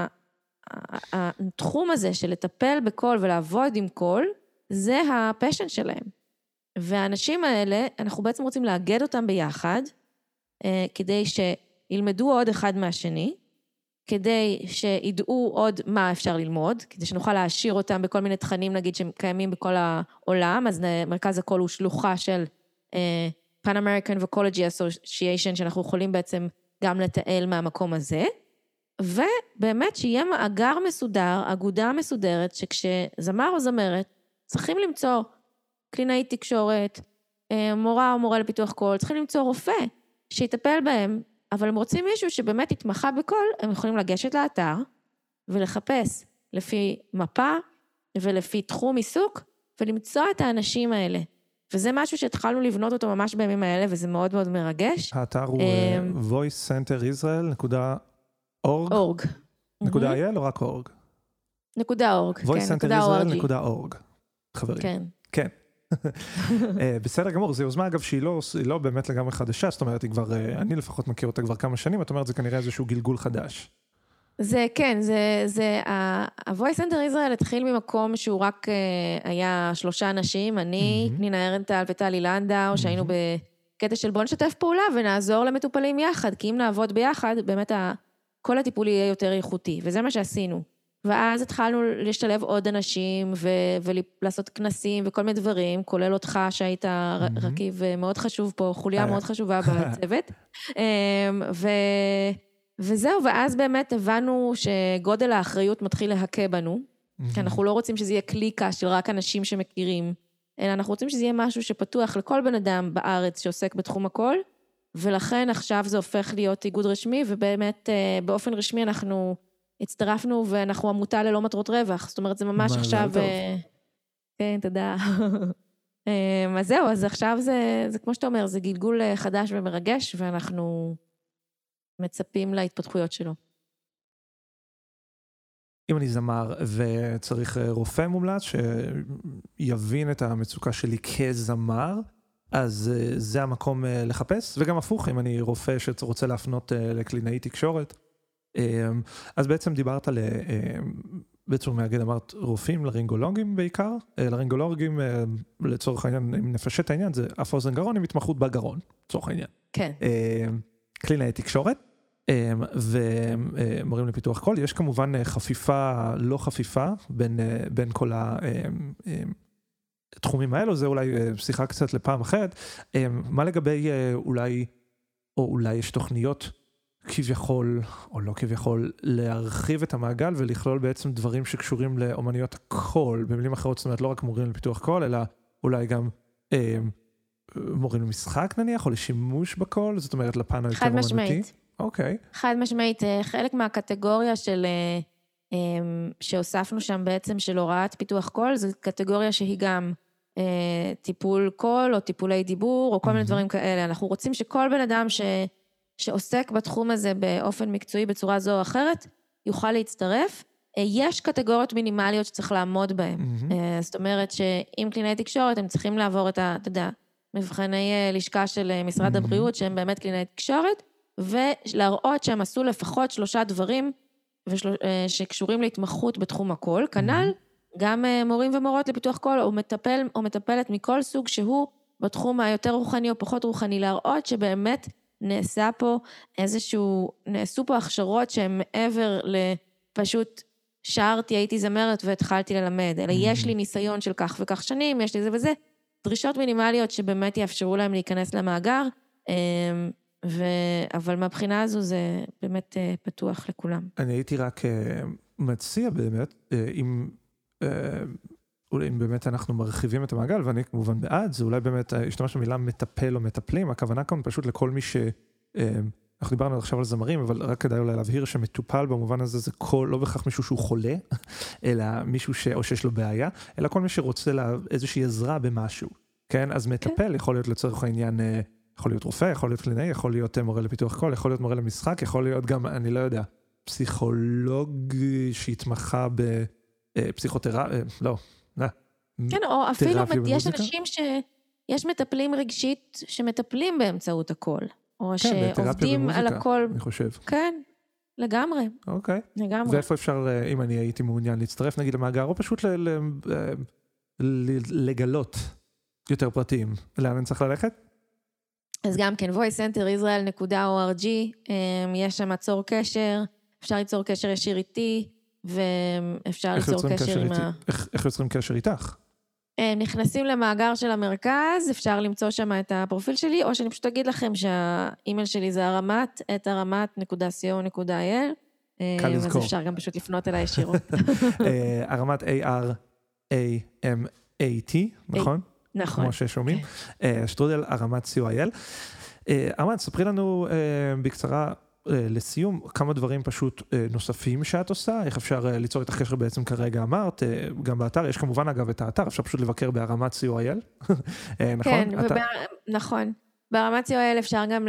התחום הזה של לטפל בקול ולעבוד עם קול, זה הפשן שלהם. והאנשים האלה, אנחנו בעצם רוצים לאגד אותם ביחד, כדי שילמדו עוד אחד מהשני, כדי שידעו עוד מה אפשר ללמוד, כדי שנוכל להעשיר אותם בכל מיני תכנים, נגיד, שקיימים בכל העולם, אז מרכז הקול הוא שלוחה של Pan American Vocology Association, שאנחנו יכולים בעצם גם לתעל מהמקום הזה, ובאמת שיהיה מאגר מסודר, אגודה מסודרת, שכשזמר או זמרת צריכים למצוא קלינאי תקשורת, מורה או מורה לפיתוח קול, צריכים למצוא רופא שיטפל בהם, אבל הם רוצים מישהו שבאמת יתמחה בקול, הם יכולים לגשת לאתר ולחפש לפי מפה ולפי תחום עיסוק, ולמצוא את האנשים האלה. וזה משהו שהתחלנו לבנות אותו ממש בימים האלה, וזה מאוד מאוד מרגש. האתר הוא voicecenterisrael.org? נקודה .il או רק .org? .org, כן, voicecenterisrael.org. חברים. כן. כן. בסדר גמור, זו יוזמה אגב שהיא לא באמת לגמרי חדשה, זאת אומרת, אני לפחות מכיר אותה כבר כמה שנים, את אומרת, זה כנראה איזשהו גלגול חדש. זה כן, ה-Voice Center Israel התחיל ממקום שהוא רק היה 3 אנשים, אני, פנינה ארנטל וטלי לנדאו, שהיינו בקטע של בוא נשתף פעולה ונעזור למטופלים יחד, כי אם נעבוד ביחד, באמת כל הטיפול יהיה יותר איכותי, וזה מה שעשינו. ואז התחלנו לשלב עוד אנשים, ולעשות כנסים וכל מיני דברים, כולל אותך שהיית רכיב מאוד חשוב פה, חוליה מאוד חשובה בצוות. וזהו, ואז באמת הבנו שגודל האחריות מתחיל להכה בנו, כי אנחנו לא רוצים שזה יהיה קליקה של רק אנשים שמכירים, אלא אנחנו רוצים שזה יהיה משהו שפתוח לכל בן אדם בארץ שעוסק בתחום הכל, ולכן עכשיו זה הופך להיות איגוד רשמי, ובאמת באופן רשמי אנחנו הצטרפנו, ואנחנו עמותה ללא מטרות רווח, זאת אומרת זה ממש עכשיו... כן, תודה. אז זהו, אז עכשיו זה כמו שאתה אומר, זה גלגול חדש ומרגש, ואנחנו מצפים להתפתחויות שלו. אם אני זמר וצריך רופא מומלץ שיבין את המצוקה שלי כזמר, אז זה המקום לחפש, וגם הפוך, אם אני רופא שרוצה להפנות לקלינאי תקשורת, אז בעצם דיברת על, בעצם מהגד אמרת רופאים, לרינגולוגים בעיקר, לרינגולוגים לצורך העניין, אם נפשט העניין, זה אף אוזן גרון עם התמחות בגרון, לצורך העניין. כן. קלינאי תקשורת, ומורים לפיתוח קול, יש כמובן חפיפה, לא חפיפה, בין כל התחומים האלו, זה אולי שיחה קצת לפעם אחרת, מה לגבי אולי יש תוכניות כביכול, או לא כביכול, להרחיב את המעגל ולכלול בעצם דברים שקשורים לאומניות הקול, במילים אחרות, זאת אומרת, לא רק מורים לפיתוח קול, אלא אולי גם מורים למשחק נניח, או לשימוש בקול, זאת אומרת, לפן היותר אומנותי. חד משמעית. אוקיי. חד משמעית, חלק מהקטגוריה שהוספנו שם בעצם של הוראת פיתוח קול, זו קטגוריה שהיא גם טיפול קול, או טיפולי דיבור, או כל מיני דברים כאלה. אנחנו רוצים שכל בן אדם שעוסק בתחום הזה באופן מקצועי בצורה זו או אחרת, יוכל להצטרף. יש קטגוריות מינימליות שצריך לעמוד בהן. זאת אומרת שאם קלינאי תקשורת, הם צריכים לעבור את מבחני לשכה של משרד הבריאות, שהם באמת קלינאי תקשורת, ולהראות שהם עשו לפחות 3 דברים שקשורים להתמחות בתחום הקול, כנ"ל גם מורים ומורות לפיתוח קול, או מטפלת מכל סוג שהוא בתחום היותר רוחני או פחות רוחני, להראות שבאמת נעשו פה הכשרות שהן מעבר לפשוט שרתי, הייתי זמרת והתחלתי ללמד, אלא יש לי ניסיון של כך וכך שנים, יש לי זה וזה, דרישות מינימליות שבאמת יאפשרו להם להיכנס למאגר, אבל מהבחינה הזו זה באמת פתוח לכולם. אני הייתי רק מציע באמת, אם באמת אנחנו מרחיבים את המעגל, ואני כמובן בעד, זה אולי באמת, השתמש במילה מטפל או מטפלים, הכוונה כאן פשוט לכל מי אנחנו דיברנו עכשיו על זמרים, אבל רק כדאי אולי להבהיר שמטופל במובן הזה זה לא בכך מישהו שהוא חולה, אלא מישהו או שיש לו בעיה, אלא כל מי שרוצה איזושהי עזרה במשהו. כן? אז מטפל יכול להיות לצורך העניין, יכול להיות רופא, יכול להיות קלינאי, יכול להיות מורה לפיתוח קול, יכול להיות מורה למשחק, יכול להיות גם, אני לא יודע, פסיכולוג שהתמחה בפסיכותרפיה, לא. כן, או אפילו יש אנשים יש מטפלים רגשית שמטפלים באמצעות הקול. או שעובדים על הכל. אני חושב. כן, לגמרי. אוקיי. לגמרי. ואיפה אפשר, אם אני הייתי מעוניין להצטרף, נגיד למאגר, או פשוט לגלות יותר פרטים. לאן אני צריך ללכת? אז גם כן, voicecenterisrael.org, יש שם צור קשר, אפשר ליצור קשר ישיר איתי, ואפשר ליצור קשר עם איך יוצרים קשר איתך? נכנסים למאגר של המרכז, אפשר למצוא שם את הפרופיל שלי, או שאני פשוט אגיד לכם שהאימייל שלי זה aramat@aramat.co.il, אז אפשר גם פשוט לפנות אליי ישירות. aramat ARAMAT, נכון? נכון. כמו ששומעים. שטרודל aramat.co.il. aramat, ספרי לנו בקצרה לסיום, כמה דברים פשוט נוספים שאת עושה, איך אפשר ליצור את הקשר בעצם כרגע אמרת, גם באתר, יש כמובן אגב את האתר, אפשר פשוט לבקר בהרמת co.il, נכון? כן, נכון. בהרמת co.il אפשר גם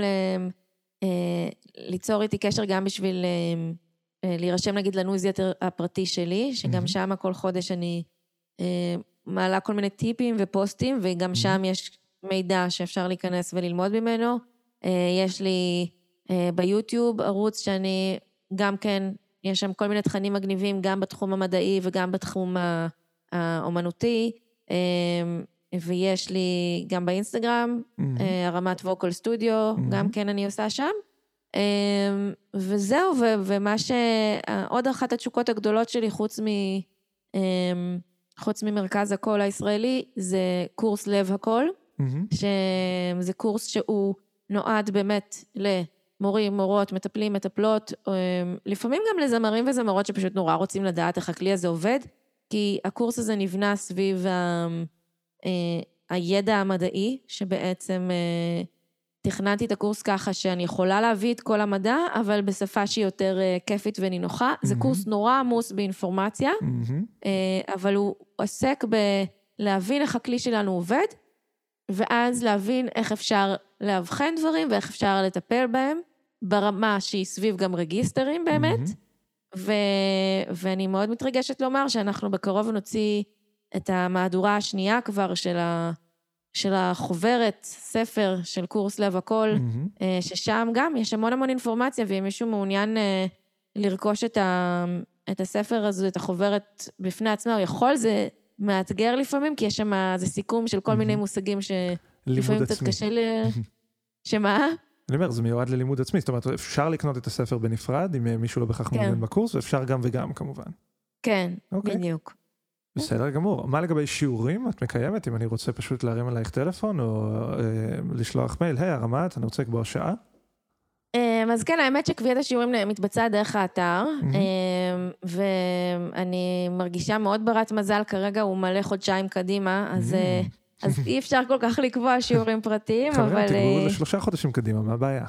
ליצור איתי קשר גם בשביל להירשם נגיד לניוזלטר הפרטי שלי, שגם שם כל חודש אני מעלה כל מיני טיפים ופוסטים, וגם שם יש מידע שאפשר להיכנס וללמוד ממנו. יש לי ביוטיוב ערוץ שאני גם כן, יש שם כל מיני תכנים מגניבים, גם בתחום המדעי וגם בתחום האומנותי, ויש לי גם באינסטגרם, הרמת ווקל סטודיו, גם כן אני עושה שם. וזהו, ומה עוד אחת התשוקות הגדולות שלי, חוץ ממרכז הקול הישראלי, זה קורס לב הקול, שזה קורס שהוא נועד באמת למורים, מורות, מטפלים, מטפלות, לפעמים גם לזמרים וזמרות שפשוט נורא רוצים לדעת איך הכלי הזה עובד, כי הקורס הזה נבנה סביב הידע המדעי, שבעצם תכננתי את הקורס ככה שאני יכולה להביא את כל המדע, אבל בשפה שהיא יותר כיפית ונינוחה. זה קורס נורא עמוס באינפורמציה, אבל הוא עוסק בלהבין איך הכלי שלנו עובד, ואז להבין איך אפשר להבחן דברים, ואיך אפשר לטפל בהם, ברמה שהיא סביב גם רגיסטרים באמת, ואני מאוד מתרגשת לומר שאנחנו בקרוב נוציא את המהדורה השנייה כבר של החוברת, ספר של קורס לב הקול, ששם גם יש המון אינפורמציה, ואם מישהו מעוניין לרכוש את הספר הזה, את החוברת בפני עצמה, הוא יכול, זה מאתגר לפעמים, כי יש שם איזה סיכום של כל מיני מושגים שלפעמים קצת קשה שמה? אני אומר, זה מיועד ללימוד עצמי, זאת אומרת, אפשר לקנות את הספר בנפרד, אם מישהו לא בכך מעוניין בקורס, ואפשר גם וגם כמובן. כן, בדיוק. בסדר גמור. מה לגבי שיעורים את מקיימת? אם אני רוצה פשוט להרים עלייך טלפון, או לשלוח מייל, היי, הרמת, אני רוצה לקבוע שעה? אז כן, האמת שקביעת השיעורים מתבצעה דרך האתר, ואני מרגישה מאוד ברת מזל, כרגע הוא מלא חודשיים קדימה, אז אי אפשר כל כך לקבוע שיעורים פרטיים, אבל... תקבעו ל3 חודשים קדימה, מה הבעיה?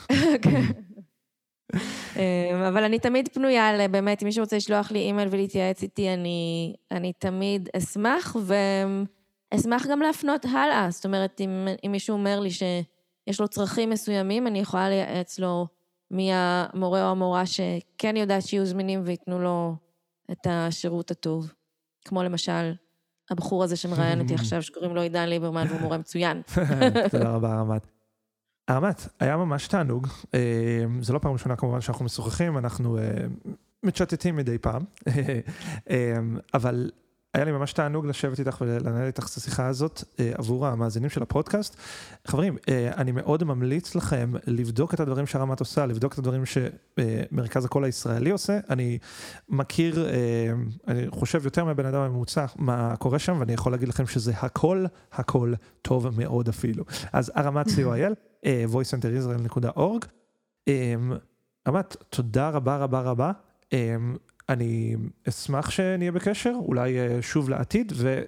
אבל אני תמיד פנויה, באמת, אם מישהו רוצה לשלוח לי אימייל ולהתייעץ איתי, אני תמיד אשמח, ואשמח גם להפנות הלאה. זאת אומרת, אם מישהו אומר לי שיש לו צרכים מסוימים, אני יכולה לייעץ לו מי המורה או המורה שכן יודעת שיהיו זמינים ויתנו לו את השירות הטוב. כמו למשל, הבחור הזה שמראיין אותי עכשיו, שקוראים לו עידן ליברמן, והוא מורה מצוין. תודה רבה, הרמת. הרמת, היה ממש תענוג. זה לא פעם ראשונה כמובן שאנחנו משוחחים, אנחנו מצ'טטים מדי פעם, אבל היה לי ממש תענוג לשבת איתך ולנהל איתך את השיחה הזאת עבור המאזינים של הפודקאסט. חברים, אני מאוד ממליץ לכם לבדוק את הדברים שהרמת עושה, לבדוק את הדברים שמרכז הקול הישראלי עושה. אני מכיר, אני חושב יותר מהבן אדם הממוצע מה קורה שם, ואני יכול להגיד לכם שזה הכל טוב מאוד אפילו. אז הרמת co.il, voicecenterisrael.org. הרמת, תודה רבה. אני אשמח שנהיה בקשר, אולי שוב לעתיד,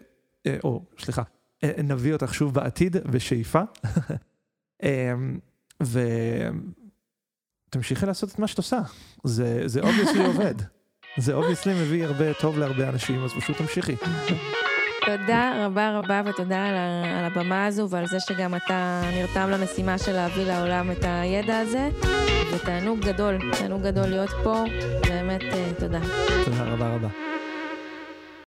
נביא אותך שוב בעתיד בשאיפה, ותמשיכי לעשות את מה שאת עושה, זה obviously עובד, זה obviously מביא הרבה טוב להרבה אנשים, אז פשוט תמשיכי. תודה רבה ותודה על הבמה הזו, ועל זה שגם אתה נרתם למשימה של להביא לעולם את הידע הזה, ותענוג גדול להיות פה, באמת תודה. תודה רבה.